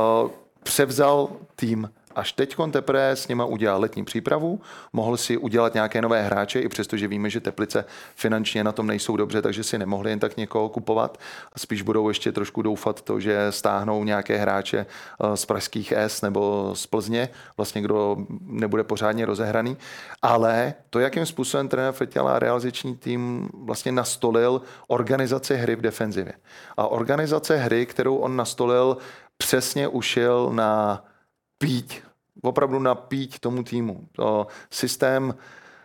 převzal tým. Až teď teprve s nima udělal letní přípravu, mohl si udělat nějaké nové hráče, i přesto, že víme, že Teplice finančně na tom nejsou dobře, takže si nemohli jen tak někoho kupovat. Spíš budou ještě trošku doufat to, že stáhnou nějaké hráče z pražských S nebo z Plzně, vlastně kdo nebude pořádně rozehraný. Ale to, jakým způsobem trenér Frtěla a realizační tým vlastně nastolil organizaci hry v defenzivě. A organizace hry, kterou on nastolil, přesně ušel na píť, opravdu na píť tomu týmu. Systém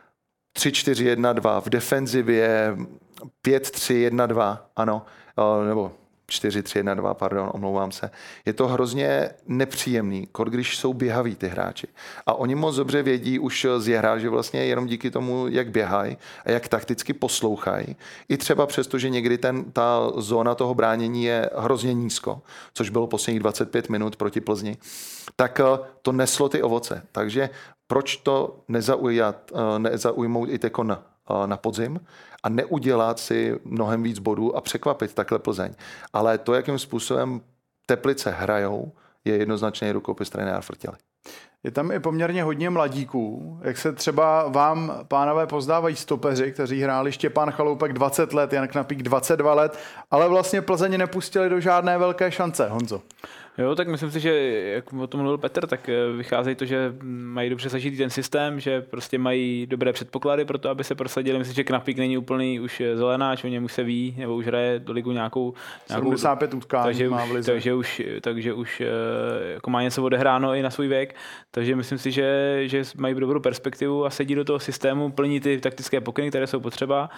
3-4-1-2 v defenzivě 5-3-1-2, ano, nebo 4-3-1-2, pardon, omlouvám se. Je to hrozně nepříjemný, když jsou běhaví ty hráči. A oni moc dobře vědí už z hra, že vlastně jenom díky tomu, jak běhají a jak takticky poslouchají, i třeba přesto, že někdy ta zóna toho bránění je hrozně nízko, což bylo posledních 25 minut proti Plzni, tak to neslo ty ovoce. Takže proč to nezaujmout i teko na podzim a neudělat si mnohem víc bodů a překvapit takhle Plzeň. Ale to, jakým způsobem Teplice hrajou, je jednoznačně rukopis trenéra Frtěly. Je tam i poměrně hodně mladíků. Jak se třeba vám, pánové, pozdávají stopeři, kteří hráli Štěpán Chaloupek 20 let, Jan Knapík 22 let, ale vlastně Plzeň nepustili do žádné velké šance. Honzo. Jo, tak myslím si, že jak o tom mluvil Petr, tak vychází to, že mají dobře zažitý ten systém, že prostě mají dobré předpoklady pro to, aby se prosadili. Myslím, že Knapík není úplný už zelenáč, o něm už se ví, nebo už hraje do ligu nějakou 75 utkání má v lize. Takže už jako má něco odehráno i na svůj věk. Takže myslím si, že mají dobrou perspektivu a sedí do toho systému, plní ty taktické pokyny, které jsou potřeba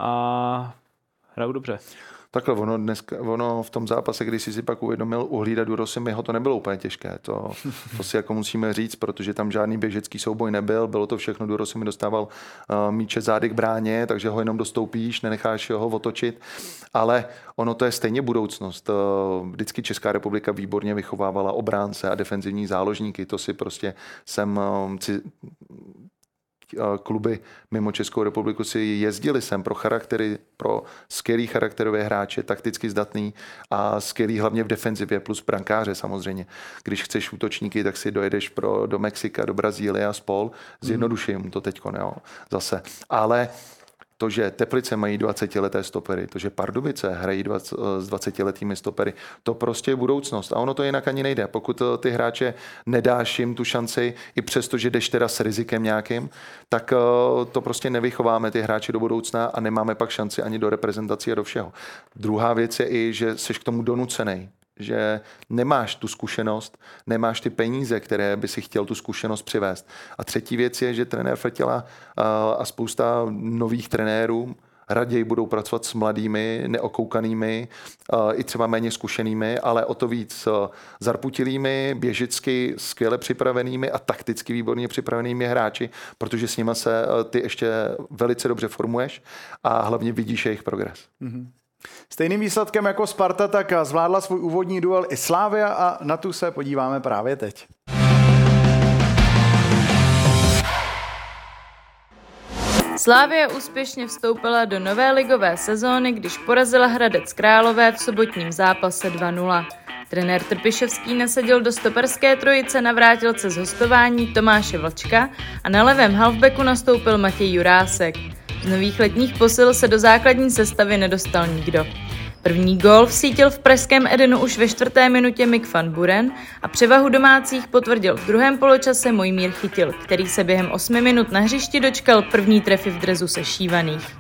a hrajou dobře. Takhle ono v tom zápase, když si pak uvědomil uhlídat Durosimiho, to nebylo úplně těžké. To si jako musíme říct, protože tam žádný běžecký souboj nebyl, bylo to všechno, Durosimi dostával míče zády k bráně, takže ho jenom dostoupíš, nenecháš ho otočit, ale ono to je stejně budoucnost. Vždycky Česká republika výborně vychovávala obránce a defenzivní záložníky, to si prostě kluby mimo Českou republiku si jezdili sem pro skvělý charakterové hráče, takticky zdatný a skvělý hlavně v defenzivě plus brankáře samozřejmě. Když chceš útočníky, tak si dojedeš do Mexika, do Brazílie a spol. Zjednoduším to teďko, jo, zase. Ale to, že Teplice mají 20leté stopery, to, že Pardubice hrají s 20letými stopery, to prostě je budoucnost. A ono to jinak ani nejde. Pokud ty hráče nedáš jim tu šanci, i přesto, že jdeš teda s rizikem nějakým, tak to prostě nevychováme ty hráči do budoucna a nemáme pak šanci ani do reprezentací a do všeho. Druhá věc je i, že jsi k tomu donucenej, že nemáš tu zkušenost, nemáš ty peníze, které by si chtěl tu zkušenost přivést. A třetí věc je, že trenér Frtěla a spousta nových trenérů raději budou pracovat s mladými, neokoukanými, i třeba méně zkušenými, ale o to víc zarputilými, běžicky skvěle připravenými a takticky výborně připravenými hráči, protože s nimi se ty ještě velice dobře formuješ a hlavně vidíš jejich progres. Mm-hmm. Stejným výsledkem jako Sparta tak zvládla svůj úvodní duel i Slavia a na tu se podíváme právě teď. Slavia úspěšně vstoupila do nové ligové sezóny, když porazila Hradec Králové v sobotním zápase 2-0. Trenér Trpišovský nasadil do stoperské trojice navrátilce z hostování Tomáše Vlčka a na levém halfbacku nastoupil Matěj Jurásek. Z nových letních posil se do základní sestavy nedostal nikdo. První gól vsítil v pražském Edenu už ve 4. minutě Mick van Buren a převahu domácích potvrdil v druhém poločase Mojmír Chytil, který se během 8 minut na hřišti dočkal první trefy v dresu sešívaných.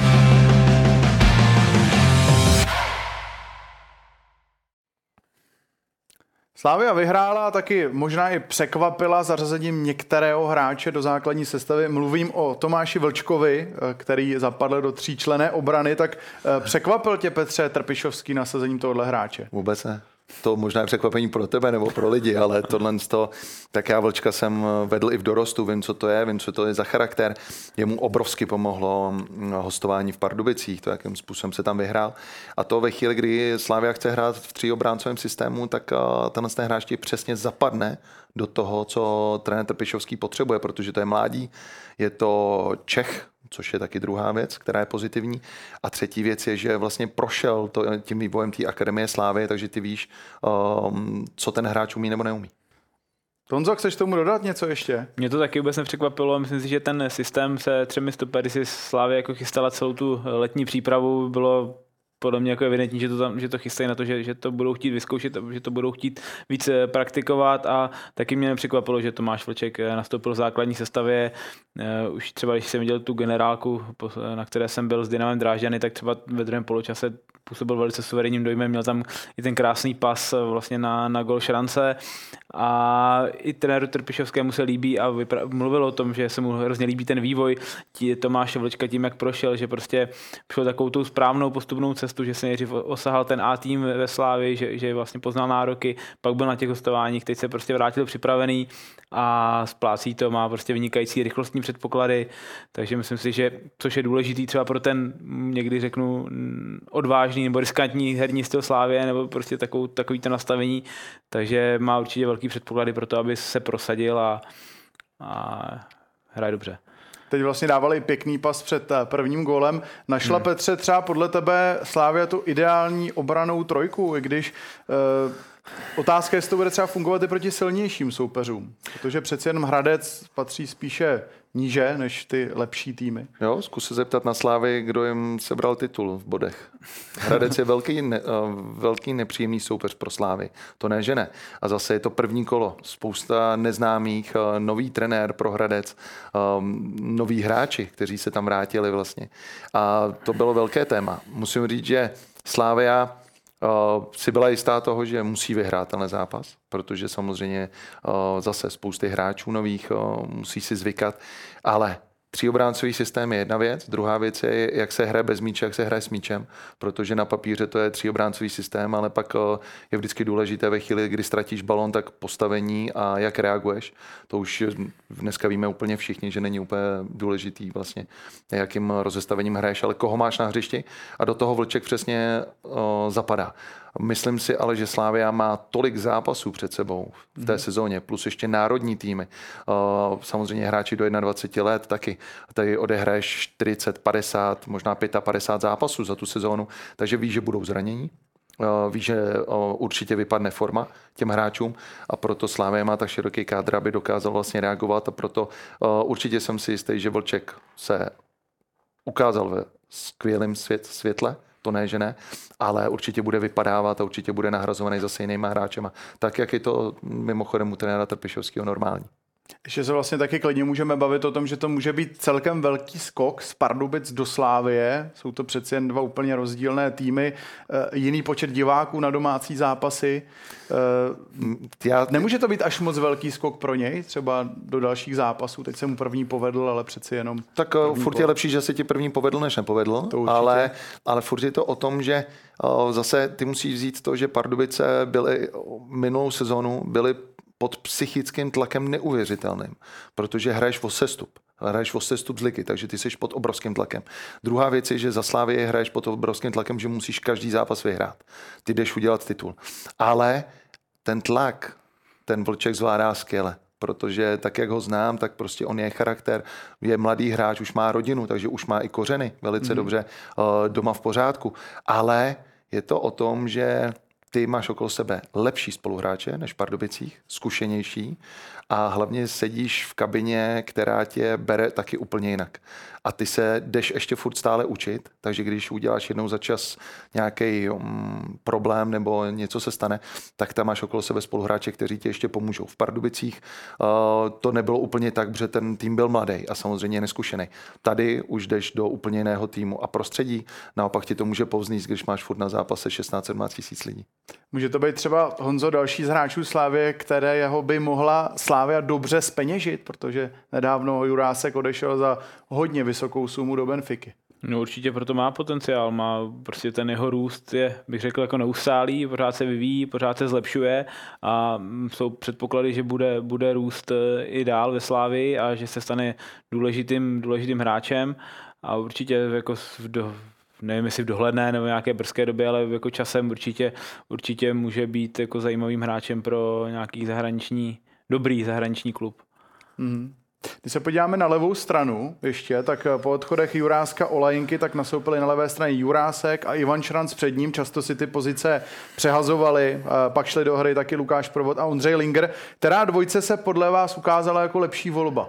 Slavia vyhrála a taky možná i překvapila zařazením některého hráče do základní sestavy. Mluvím o Tomáši Vlčkovi, který zapadl do 3členné obrany. Tak překvapil tě, Petře, Trpišovský nasazením tohohle hráče? Vůbec ne. To možná je překvapení pro tebe nebo pro lidi, ale tohle tak já Vlčka jsem vedl i v dorostu, vím, co to je, vím, co to je za charakter. Jemu obrovsky pomohlo hostování v Pardubicích, to, jakým způsobem se tam vyhrál. A to ve chvíli, kdy Slavia chce hrát v tříobráncovém systému, tak tenhle hráč ti přesně zapadne do toho, co trenér Trpišovský potřebuje, protože to je mládí, je to Čech, což je taky druhá věc, která je pozitivní. A třetí věc je, že vlastně prošel tím vývojem té akademie Slávy, takže ty víš, co ten hráč umí nebo neumí. Honzo, chceš tomu dodat něco ještě? Mě to taky vůbec nepřekvapilo. Myslím si, že ten systém se 3 stopery si Slávy jako chystala celou tu letní přípravu. Bylo podle mě jako evidentní, že to chystají na to, že to budou chtít vyzkoušet, že to budou chtít víc praktikovat a taky mě nepřekvapilo, že Tomáš Vlček nastoupil v základní sestavě. Už třeba, když jsem viděl tu generálku, na které jsem byl s Dynamem Drážďany, tak třeba ve druhém poločase působil velice suverénním dojmem, měl tam i ten krásný pas vlastně na gol Šrance a i trenéru Trpišovskému se líbí a mluvil o tom, že se mu hrozně líbí ten vývoj Tomáše Vlčka tím, jak prošel, že prostě šel takovou tou správnou postupnou cestu, že se nejdřív osahal ten A tým ve Slávii, že vlastně poznal nároky, pak byl na těch hostováních, teď se prostě vrátil připravený a splácí to, má prostě vynikající rychlostní předpoklady, takže myslím si, že což je důležitý třeba pro ten, někdy řeknu, odvážný nebo riskantní herní styl Slávie, nebo prostě takový to nastavení, takže má určitě velký předpoklady pro to, aby se prosadil a hraje dobře. Teď vlastně dávali pěkný pas před prvním gólem. Našla Petře třeba podle tebe Slavia tu ideální obranou trojku, i když otázka je, jestli to bude třeba fungovat i proti silnějším soupeřům, protože přeci jenom Hradec patří spíše níže než ty lepší týmy. Jo, zkus se zeptat na Slávy, kdo jim sebral titul v bodech. Hradec je velký nepříjemný soupeř pro Slávy. To ne, že ne. A zase je to první kolo. Spousta neznámých, nový trenér pro Hradec, noví hráči, kteří se tam vrátili vlastně. A to bylo velké téma. Musím říct, že Slavia si byla jistá toho, že musí vyhrát tenhle zápas, protože samozřejmě zase spousty hráčů nových musí si zvykat, ale tříobráncový systém je jedna věc, druhá věc je, jak se hraje bez míče, jak se hraje s míčem, protože na papíře to je tříobráncový systém, ale pak je vždycky důležité ve chvíli, kdy ztratíš balon, tak postavení a jak reaguješ. To už dneska víme úplně všichni, že není úplně důležitý vlastně, jakým rozestavením hraješ, ale koho máš na hřišti a do toho Vlček přesně zapadá. Myslím si ale, že Slavia má tolik zápasů před sebou v té sezóně, plus ještě národní týmy. Samozřejmě hráči do 21 let taky. Tady odehraješ 40, 50, možná 55 zápasů za tu sezónu, takže víš, že budou zranění. Víš, že určitě vypadne forma těm hráčům a proto Slavia má tak široký kádr, aby dokázal vlastně reagovat a proto určitě jsem si jistý, že Vlček se ukázal ve skvělém světle, to ne, že ne, ale určitě bude vypadávat a určitě bude nahrazovaný zase jinýma hráčema. Tak, jak je to mimochodem u trenéra Trpišovského normální. Ještě se vlastně taky klidně můžeme bavit o tom, že to může být celkem velký skok z Pardubic do Slávie. Jsou to přeci jen dva úplně rozdílné týmy, jiný počet diváků na domácí zápasy. Nemůže to být až moc velký skok pro něj, třeba do dalších zápasů? Teď se mu první povedl, ale přeci jenom... Tak furt je lepší, že se ti první povedl, než nepovedl, ale furt je to o tom, že zase ty musíš vzít to, že Pardubice byly minulou sezonu pod psychickým tlakem neuvěřitelným, protože hraješ o sestup. Hraješ o sestup z ligy, takže ty jsi pod obrovským tlakem. Druhá věc je, že za Slávii hraješ pod obrovským tlakem, že musíš každý zápas vyhrát. Ty jdeš udělat titul. Ale ten tlak, ten Vlček zvládá skvěle, protože tak, jak ho znám, tak prostě on je charakter, je mladý hráč, už má rodinu, takže už má i kořeny velice dobře doma v pořádku. Ale je to o tom, že ty máš okolo sebe lepší spoluhráče než v Pardubicích, zkušenější a hlavně sedíš v kabině, která tě bere taky úplně jinak. A ty se jdeš ještě furt stále učit, takže když uděláš jednou za čas nějaký problém nebo něco se stane, tak tam máš okolo sebe spoluhráče, kteří ti ještě pomůžou. V Pardubicích to nebylo úplně tak, protože ten tým byl mladý a samozřejmě neskušený. Tady už jdeš do úplně jiného týmu a prostředí, naopak ti to může povznést, když máš furt na zápase 16-17 tisíc lidí. Může to být třeba, Honzo, další z hráčů Slávie, kterého by mohla Slavia dobře zpeněžit, protože nedávno Jurásek odešel za hodně vysokou sumu do Benfiky. No určitě proto má potenciál, má prostě ten jeho růst je, bych řekl, jako neustálý, pořád se vyvíjí, pořád se zlepšuje a jsou předpoklady, že bude růst i dál ve Slavii a že se stane důležitým hráčem a určitě jako nevím, jestli v dohledné nebo nějaké brzké době, ale jako časem určitě může být jako zajímavým hráčem pro nějaký dobrý zahraniční klub. Mm. Když se podíváme na levou stranu ještě, tak po odchodech Juráska, Olajinky, tak nastoupili na levé straně Jurásek a Ivan Šranc před ním. Často si ty pozice přehazovali, pak šli do hry taky Lukáš Provod a Ondřej Linger. Která dvojce se podle vás ukázala jako lepší volba?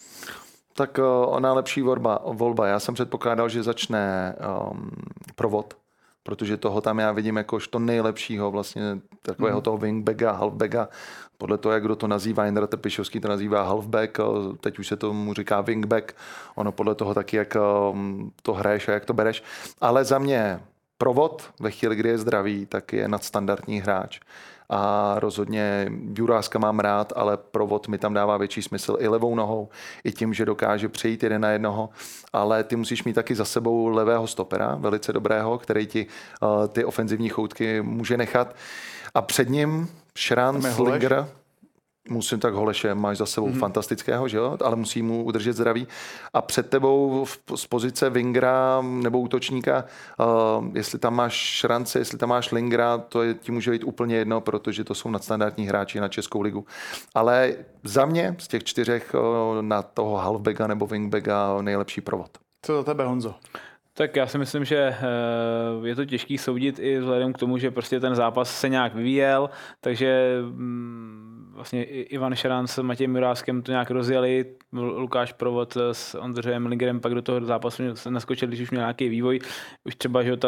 Tak ona lepší volba. Já jsem předpokládal, že začne Provod, protože toho tam já vidím jakožto nejlepšího vlastně takového toho wingbacka, halfbacka. Podle toho, jak kdo to nazývá, Jindra Trpišovský to nazývá halfback, teď už se tomu říká wingback. Ono podle toho taky, jak to hraješ a jak to bereš. Ale za mě Provod ve chvíli, kdy je zdravý, tak je nadstandardní hráč. A rozhodně Juráska mám rád, ale Provod mi tam dává větší smysl i levou nohou, i tím, že dokáže přejít 1-1, ale ty musíš mít taky za sebou levého stopera, velice dobrého, který ti ty ofenzivní choutky může nechat. A před ním Šranc, Linger, musím tak Holeše, máš za sebou fantastického, že jo? Ale musí mu udržet zdraví. A před tebou z pozice wingera nebo útočníka, jestli tam máš Šrance, jestli tam máš Lingera, ti může být úplně jedno, protože to jsou nadstandardní hráči na Českou ligu. Ale za mě z těch 4 na toho halfbacka nebo wingbacka nejlepší Provod. Co za tebe, Honzo? Tak já si myslím, že je to těžký soudit i vzhledem k tomu, že prostě ten zápas se nějak vyvíjel, takže vlastně Ivan Šranc s Matějem Juráskem to nějak rozjeli, Lukáš Provod s Ondřejem Lingerem pak do toho zápasu naskočil, když už měl nějaký vývoj. Už třeba, že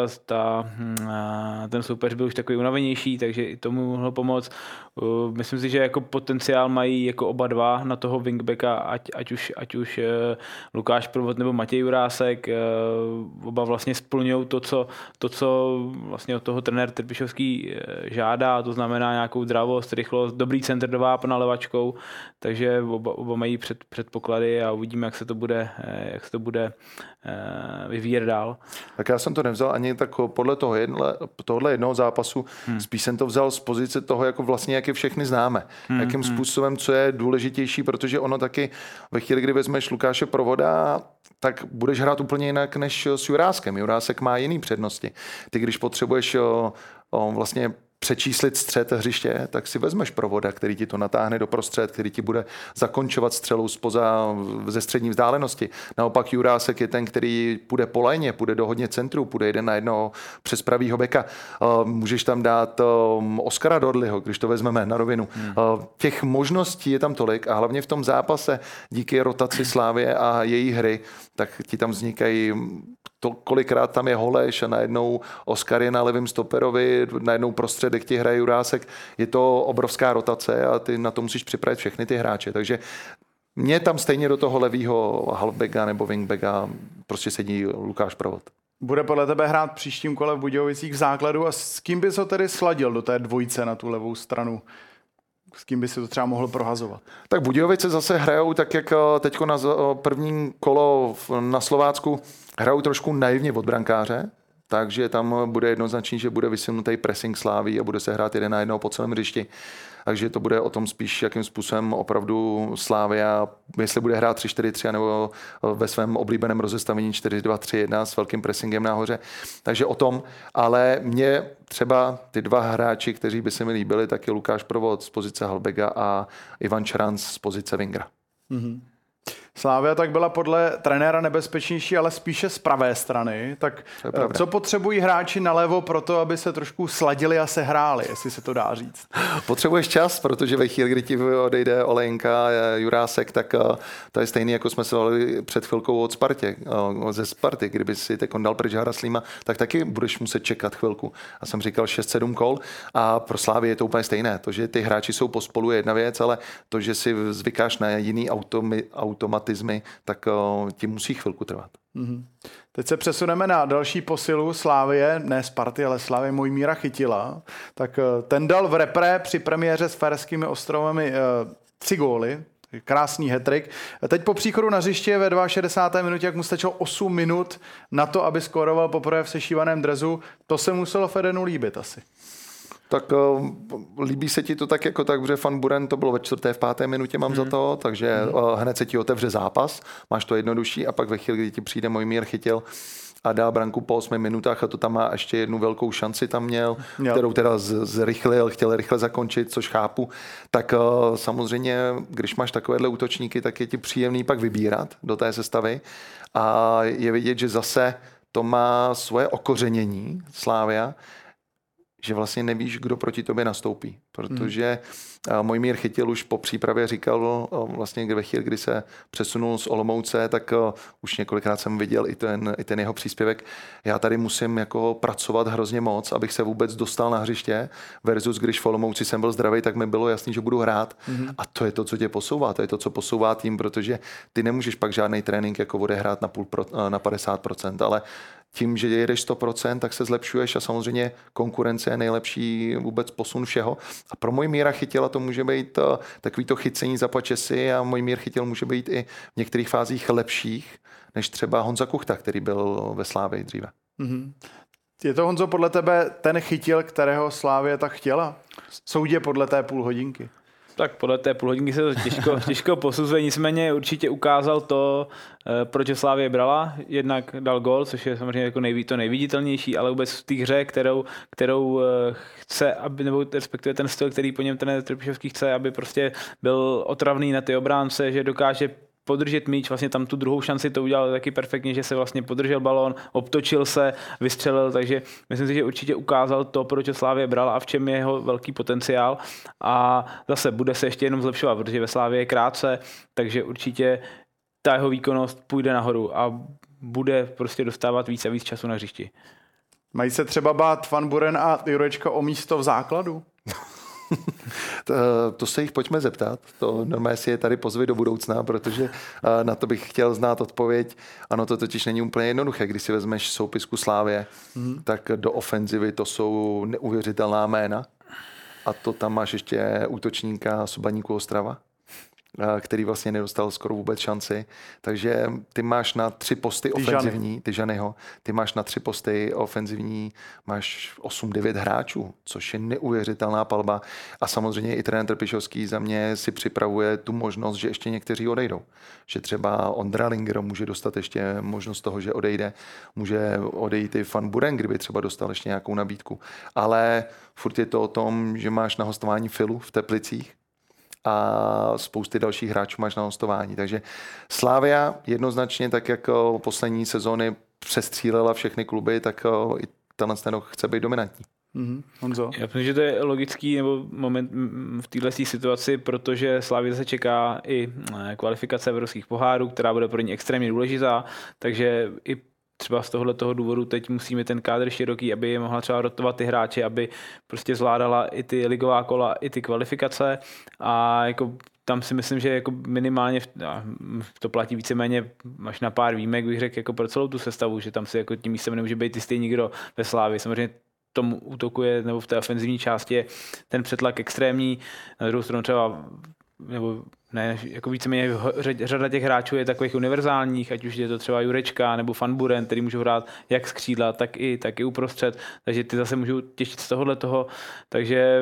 ten soupeř byl už takový unavenější, takže i tomu mohlo pomoct. Myslím si, že jako potenciál mají jako oba dva na toho wingbacka, ať už Lukáš Provod nebo Matěj Jurásek. Oba vlastně splňují to, co vlastně od toho trenér Trpišovský žádá, to znamená nějakou dravost, rychlost, dobrý centr do vápna levačkou, takže oba mají předpoklady a uvidíme, jak se to bude vyvíjet dál. Tak já jsem to nevzal ani tak podle tohohle jednoho zápasu, spíš jsem to vzal z pozice toho, jako vlastně, jak je všechny známe. Jakým způsobem, co je důležitější, protože ono taky ve chvíli, kdy vezmeš Lukáše Provoda, tak budeš hrát úplně jinak než s Juráskem. Jurásek má jiný přednosti. Ty, když potřebuješ vlastně přečíslit střed hřiště, tak si vezmeš Provoda, který ti to natáhne do prostřed, který ti bude zakončovat střelou ze střední vzdálenosti. Naopak Jurásek je ten, který půjde po lajně, půjde do hodně centrů, půjde 1-1 přes pravýho beka. Můžeš tam dát Oskara Dodliho, když to vezmeme na rovinu. Těch možností je tam tolik a hlavně v tom zápase díky rotaci Slávie a její hry, tak ti tam vznikají kolikrát tam je Holeš a najednou Oskar je na levém stoperovi, najednou prostředek ti hraje Jurásek. Je to obrovská rotace a ty na to musíš připravit všechny ty hráče. Takže mě tam stejně do toho levýho halfbacka nebo wingbacka prostě sedí Lukáš Provod. Bude podle tebe hrát příštím kole v Budějovicích v základu a s kým bys ho tedy sladil do té dvojce na tu levou stranu? S kým by si to třeba mohl prohazovat? Tak Budějovice zase hrajou tak, jak teďko na prvním kolo na Slovácku hrajou trošku naivně od brankáře, takže tam bude jednoznačný, že bude vysunutý pressing Slávy a bude se hrát 1-1 po celém hřišti. Takže to bude o tom spíš, jakým způsobem opravdu Slavia, jestli bude hrát 3-4-3 nebo ve svém oblíbeném rozestavení 4-2-3-1 s velkým pressingem nahoře. Takže o tom, ale mě třeba ty dva hráči, kteří by se mi líbili, tak je Lukáš Provod z pozice halfbacka a Ivan Šranc z pozice wingera. Slavia tak byla podle trenéra nebezpečnější, ale spíše z pravé strany. Tak co potřebují hráči nalevo pro to, aby se trošku sladili a sehráli, jestli se to dá říct? Potřebuješ čas, protože ve chvíli, kdy ti odejde Olejnka, Jurásek, tak to je stejný, jako jsme se volili před chvilkou od ze Sparty. Kdyby si teď dal pryč Haraslíma, tak taky budeš muset čekat chvilku. A jsem říkal 6-7 kol a pro Slávy je to úplně stejné. To, že ty hráči jsou pospolu je jedna věc, ale to, že si zvykáš na jiný automatizmy, tak ti musí chvilku trvat. Mm-hmm. Teď se přesuneme na další posilu Slávie, ne Sparty, ale Slávie Mojmíra Chytila. Tak ten dal v repre při premiéře s Faerskými ostrovami 3 góly. Krásný hat-trick. Teď po příchodu na hřiště ve 62. minutě, jak mu stačilo 8 minut na to, aby skóroval poprvé v sešívaném drezu, to se muselo Fedenu líbit asi. Tak líbí se ti to tak jako tak, že Van Buren to bylo ve 4. v 5. minutě mám za to, takže hned se ti otevře zápas, máš to jednodušší a pak ve chvíli, kdy ti přijde Mojmír Chytil a dá branku po 8 minutách a to tam má ještě jednu velkou šanci tam měl, kterou teda zrychlil, chtěl rychle zakončit, což chápu. Tak samozřejmě, když máš takovéhle útočníky, tak je ti příjemný pak vybírat do té sestavy a je vidět, že zase to má svoje okořenění Slavia, že vlastně nevíš, kdo proti tobě nastoupí. Protože Mojmír Chytil už po přípravě říkal, vlastně ve chvíli, kdy se přesunul z Olomouce, tak už několikrát jsem viděl i ten jeho příspěvek. Já tady musím jako pracovat hrozně moc, abych se vůbec dostal na hřiště, versus když v Olomouci jsem byl zdravý, tak mi bylo jasný, že budu hrát. A to je to, co tě posouvá. To je to, co posouvá tým, protože ty nemůžeš pak žádný trénink jako odehrát na 50%, ale tím, že jedeš 100%, tak se zlepšuješ a samozřejmě konkurence je nejlepší vůbec posun všeho. A pro Mojmíra Chytila to může být takový to chycení za pačesy a Mojmír Chytil může být i v některých fázích lepších než třeba Honza Kuchta, který byl ve Slávii dříve. Mm-hmm. Je to, Honzo, podle tebe ten Chytil, kterého Slávie tak chtěla? Soudě podle té půlhodinky. Tak podle té půlhodinky se to těžko posuzuje, nicméně určitě ukázal to, proč Slávie brala. Jednak dal gól, což je samozřejmě jako to nejviditelnější, ale vůbec v té hře, kterou chce, nebo respektive ten styl, který po něm trenér Trpišovský chce, aby prostě byl otravný na ty obránce, že dokáže podržet míč, vlastně tam tu druhou šanci to udělal taky perfektně, že se vlastně podržel balón, obtočil se, vystřelil, takže myslím si, že určitě ukázal to, proč Slávie brala a v čem je jeho velký potenciál a zase bude se ještě jenom zlepšovat, protože ve Slávii je krátce, takže určitě ta jeho výkonnost půjde nahoru a bude prostě dostávat víc a víc času na hřišti. Mají se třeba bát Van Buren a Jurečka o místo v základu? To se jich pojďme zeptat. To normálně si je tady pozvi do budoucna, protože na to bych chtěl znát odpověď. Ano, to totiž není úplně jednoduché. Když si vezmeš soupisku Slávie, tak do ofenzivy to jsou neuvěřitelná jména. A to tam máš ještě útočníka Sobaníku Ostrava, který vlastně nedostal skoro vůbec šanci. Takže ty máš na 3 posty ofenzivní, Tyžanyho, ty máš na 3 posty ofenzivní, máš 8-9 hráčů, což je neuvěřitelná palba. A samozřejmě i trenér Trpišovský za mě si připravuje tu možnost, že ještě někteří odejdou. Že třeba Ondra Linger může dostat ještě možnost toho, že odejde. Může odejít i Van Buren, kdyby třeba dostal ještě nějakou nabídku. Ale furt je to o tom, že máš na hostování Filu v Teplicích, a spousty dalších hráčů máš na hostování. Takže Slavia jednoznačně, tak jako poslední sezóny přestřílela všechny kluby, tak i tenhle ten rok chce být dominantní. Honzo? Já myslím, že to je logický nebo moment v této situaci, protože Slavii se čeká i kvalifikace evropských pohárů, která bude pro ní extrémně důležitá, takže i třeba z tohoto důvodu teď musíme ten kádr široký, aby je mohla třeba rotovat ty hráči, aby prostě zvládala i ty ligová kola, i ty kvalifikace a jako tam si myslím, že jako minimálně to platí víceméně až na pár výjimek, bych řekl, jako pro celou tu sestavu, že tam si jako tím místem nemůže být jistý nikdo ve Slávii. Samozřejmě tomu útoku je, nebo v té ofenzivní části je ten přetlak extrémní, na druhou stranu třeba nebo ne, jako víceméně řada těch hráčů je takových univerzálních, ať už je to třeba Jurečka nebo Van Buren, který můžou hrát jak z křídla, tak i uprostřed, takže ty zase můžou těšit z tohoto, takže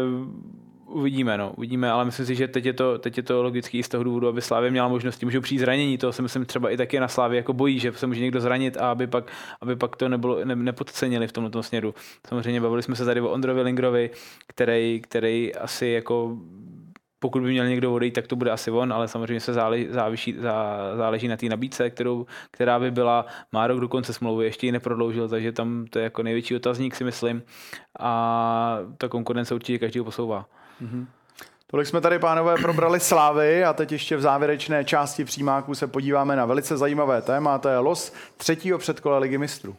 uvidíme, ale myslím si, že teď je to logický i z toho důvodu, aby Slavia měla možnosti, můžou přijít zranění, to se myslím třeba i taky na Slavii jako bojí, že se může někdo zranit a aby pak to nepodcenili v tomto směru. Samozřejmě bavili jsme se tady o Ondrovi Lingerovi, který asi jako pokud by měl někdo odejít, tak to bude asi on, ale samozřejmě se záleží na té nabídce, která by byla. Má rok do konce smlouvy, ještě ji neprodloužil, takže tam to je jako největší otazník, si myslím. A ta konkurence určitě každého posouvá. Tolik jsme tady, pánové, probrali Slávy a teď ještě v závěrečné části přímáků se podíváme na velice zajímavé téma, to je los 3. předkola Ligy mistrů.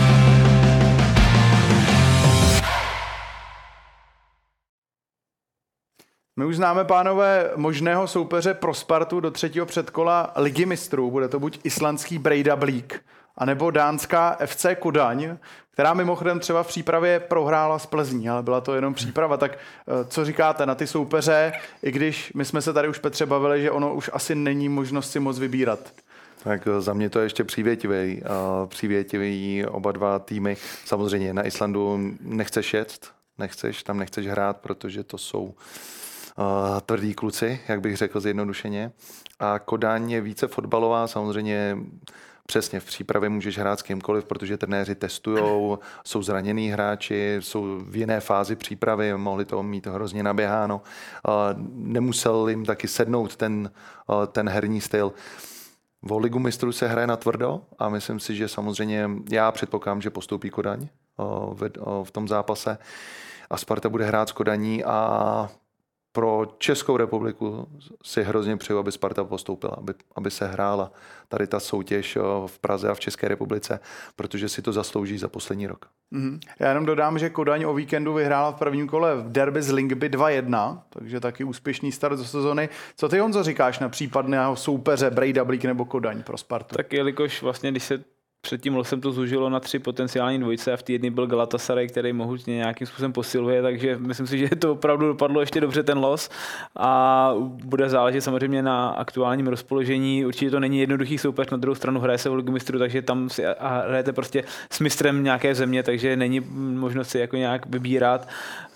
My už známe, pánové, možného soupeře pro Spartu do 3. předkola Ligy mistrů. Bude to buď islandský Breiðablik, anebo dánská FC Kodaň, která mimochodem třeba v přípravě prohrála s Plzní, ale byla to jenom příprava. Tak co říkáte na ty soupeře, i když my jsme se tady už, Petře, bavili, že ono už asi není možnost si moc vybírat? Tak za mě to je ještě přívětivý oba dva týmy. Samozřejmě na Islandu nechceš jet, tam nechceš hrát, protože to jsou tvrdí kluci, jak bych řekl zjednodušeně. A Kodaň je více fotbalová, samozřejmě přesně v přípravě můžeš hrát s kýmkoliv, protože trenéři testujou, jsou zranění hráči, jsou v jiné fázi přípravy, mohli to mít hrozně naběháno. Nemusel jim taky sednout ten herní styl. V Ligu mistrů se hraje na tvrdo a myslím si, že samozřejmě já předpokládám, že postoupí Kodaň v tom zápase a Sparta bude hrát s Kodaní a pro Českou republiku si hrozně přeju, aby Sparta postoupila, aby se hrála tady ta soutěž v Praze a v České republice, protože si to zaslouží za poslední rok. Já jenom dodám, že Kodaň o víkendu vyhrála v prvním kole v derby z Lyngby 2-1, takže taky úspěšný start do sezony. Co ty, Honzo, říkáš na případného soupeře Breiðablik nebo Kodaň pro Spartu? Tak jelikož vlastně, když se před tím losem to zúžilo na 3 potenciální dvojice a v té jedné byl Galatasaray, který mohutně nějakým způsobem posiluje, takže myslím si, že to opravdu dopadlo ještě dobře ten los a bude záležet samozřejmě na aktuálním rozpoložení. Určitě to není jednoduchý soupeř, na druhou stranu hraje se v Ligu mistrů, takže tam si a hrajete prostě s mistrem nějaké země, takže není možnost si jako nějak vybírat.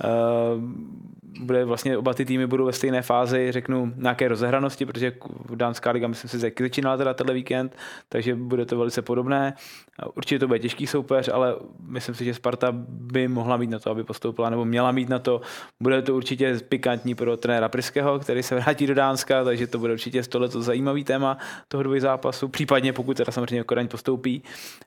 Bude vlastně oba ty týmy budou ve stejné fázi, řeknu, nějaké rozehranosti, protože dánská liga, myslím si, že začínala teda tenhle víkend, takže bude to velice podobné. Určitě to bude těžký soupeř, ale myslím si, že Sparta by mohla mít na to, aby postoupila, nebo měla mít na to. Bude to určitě pikantní pro trenéra Pryského, který se vrátí do Dánska, takže to bude určitě tohleto zajímavý téma toho dvojzápasu, případně pokud teda samozřejmě Kodaň postoupí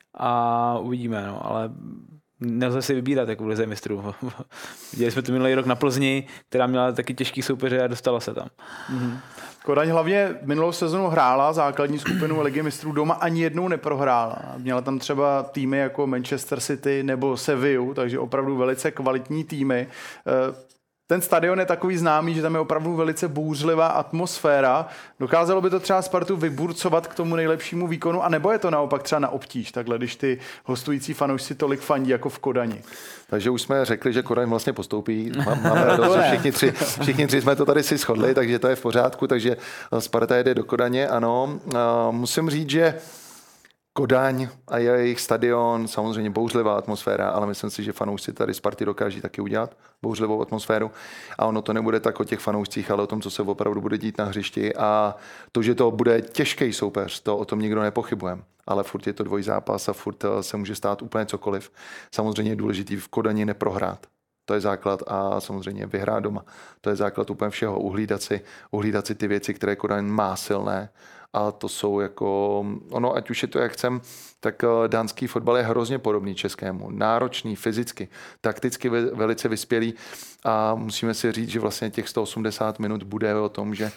a uvidíme, no, ale nelze si vybírat jako v lize mistrů. Viděli jsme to minulý rok na Plzni, která měla taky těžký soupeře a dostala se tam. Kodaň hlavně minulou sezonu hrála základní skupinu Ligy mistrů doma, ani jednou neprohrála. Měla tam třeba týmy jako Manchester City nebo Sevillu, takže opravdu velice kvalitní týmy. Ten stadion je takový známý, že tam je opravdu velice bouřlivá atmosféra. Dokázalo by to třeba Spartu vyburcovat k tomu nejlepšímu výkonu, anebo je to naopak třeba na obtíž, takhle, když ty hostující fanoušci tolik fandí jako v Kodani? Takže už jsme řekli, že Kodaň vlastně postoupí. Máme radost, všichni tři jsme to tady si shodli, takže to je v pořádku, takže Sparta jede do Kodaně, ano. Musím říct, že Kodaň a jejich stadion, samozřejmě bouřlivá atmosféra, ale myslím si, že fanoušci tady Sparty dokáží taky udělat bouřlivou atmosféru. A ono to nebude tak o těch fanoušcích, ale o tom, co se opravdu bude dít na hřišti. A to, že to bude těžký soupeř, to o tom nikdo nepochybujeme. Ale furt je to dvojzápas a furt se může stát úplně cokoliv. Samozřejmě je důležitý v Kodani neprohrát. To je základ a samozřejmě vyhrát doma. To je základ úplně všeho. Uhlídat si ty věci, které Kodaň má silné. A to jsou jako, ono, ať už je to jak chcem, tak dánský fotbal je hrozně podobný českému. Náročný, fyzicky, takticky velice vyspělý a musíme si říct, že vlastně těch 180 minut bude o tom, že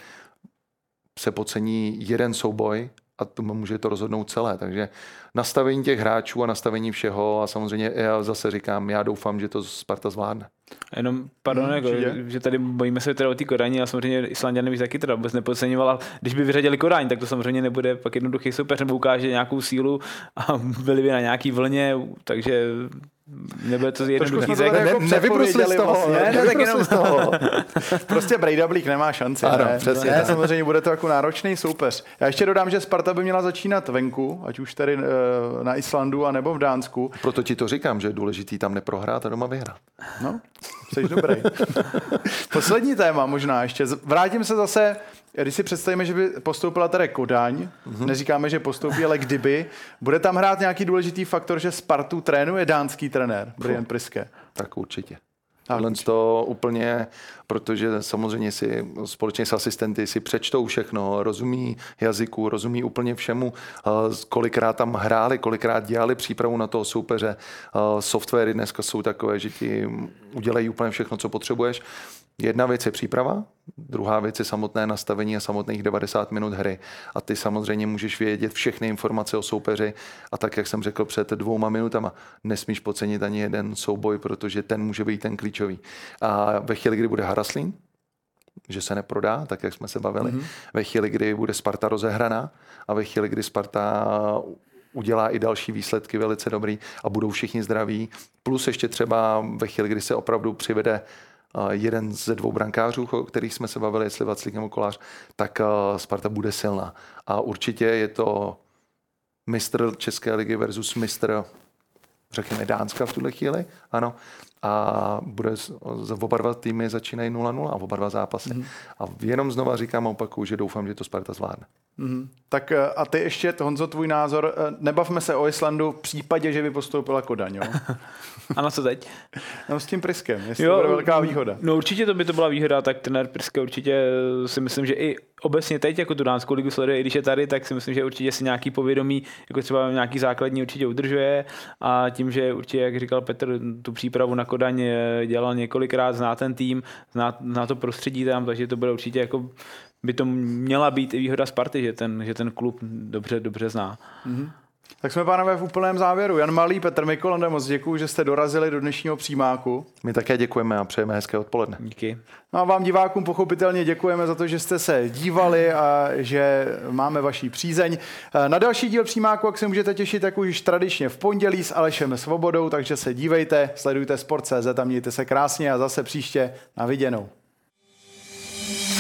se podcení jeden souboj a to může to rozhodnout celé. Takže nastavení těch hráčů a nastavení všeho a samozřejmě já zase říkám, já doufám, že to Sparta zvládne. Jenom, pardon, že tady bojíme se teda o té Kodani a samozřejmě Islanďany bych taky teda vůbec nepodceňoval. Když by vyřadili Kodaň, tak to samozřejmě nebude pak jednoduchý soupeř, nebo ukáže nějakou sílu a byli by na nějaký vlně, takže nebude to jednoduchý. Nevybrusli z toho. Nevybrusli z toho. Prostě Breiðablik nemá šanci. Ano, přesně. Samozřejmě bude to jako náročný soupeř. Já ještě dodám, že Sparta by měla začínat venku, ať už tady na Islandu a nebo v Dánsku. Proto ti to říkám, že je důležitý tam neprohrát a doma vyhrát. No, jsi dobrý. Poslední téma možná ještě. Vrátím se zase, když si představíme, že by postoupila tady Kodaň, neříkáme, že postoupí, ale kdyby, bude tam hrát nějaký důležitý faktor, že Spartu trénuje dánský trenér, Brian Pryske. Tak určitě. Tohle to úplně, protože samozřejmě si společně s asistenty si přečtou všechno, rozumí jazyku, rozumí úplně všemu, kolikrát tam hráli, kolikrát dělali přípravu na toho soupeře. Softwary dneska jsou takové, že ti udělají úplně všechno, co potřebuješ. Jedna věc je příprava, druhá věc je samotné nastavení a samotných 90 minut hry. A ty samozřejmě můžeš vědět všechny informace o soupeři a tak, jak jsem řekl před 2 minutama, nesmíš podcenit ani jeden souboj, protože ten může být ten klíčový. A ve chvíli, kdy bude haraslín, že se neprodá, tak jak jsme se bavili, ve chvíli, kdy bude Sparta rozehraná a ve chvíli, kdy Sparta udělá i další výsledky velice dobrý a budou všichni zdraví, plus ještě třeba ve chvíli, kdy se opravdu přivede jeden ze 2 brankářů, o kterých jsme se bavili, jestli Vaclík nebo Kolář, tak Sparta bude silná. A určitě je to mistr České ligy versus mistr, řekněme, Dánska v tuhle chvíli, ano. A oba 2 týmy začínají 0-0 a oba 2 zápasy. A jenom znova říkám a opakuju, že doufám, že to Sparta zvládne. Tak a ty ještě, Honzo, tvůj názor, nebavme se o Islandu v případě, že by postoupila Kodaň, jo? A na co teď? No s tím Priskem, jestli to bude velká výhoda. No určitě to by to byla výhoda, tak trenér Priske určitě si myslím, že i obecně teď jako tu dánskou ligu sleduje, i když je tady, tak si myslím, že určitě si nějaký povědomí, jako třeba nějaký základní určitě udržuje a tím, že určitě, jak říkal Petr, tu přípravu na Kodaň dělal několikrát, zná ten tým, zná to prostředí tam, takže to bude určitě jako by to měla být i výhoda Sparty, že ten klub dobře zná. Tak jsme, pánové, v úplném závěru. Jan Malý, Petr Mikolanda, moc děkuju, že jste dorazili do dnešního přímáku. My také děkujeme a přejeme hezké odpoledne. Díky. No a vám divákům pochopitelně děkujeme za to, že jste se dívali a že máme vaši přízeň. Na další díl přímáku, jak se můžete těšit, tak už tradičně v pondělí s Alešem Svobodou, takže se dívejte, sledujte Sport.cz a mějte se krásně a zase příště na viděnou.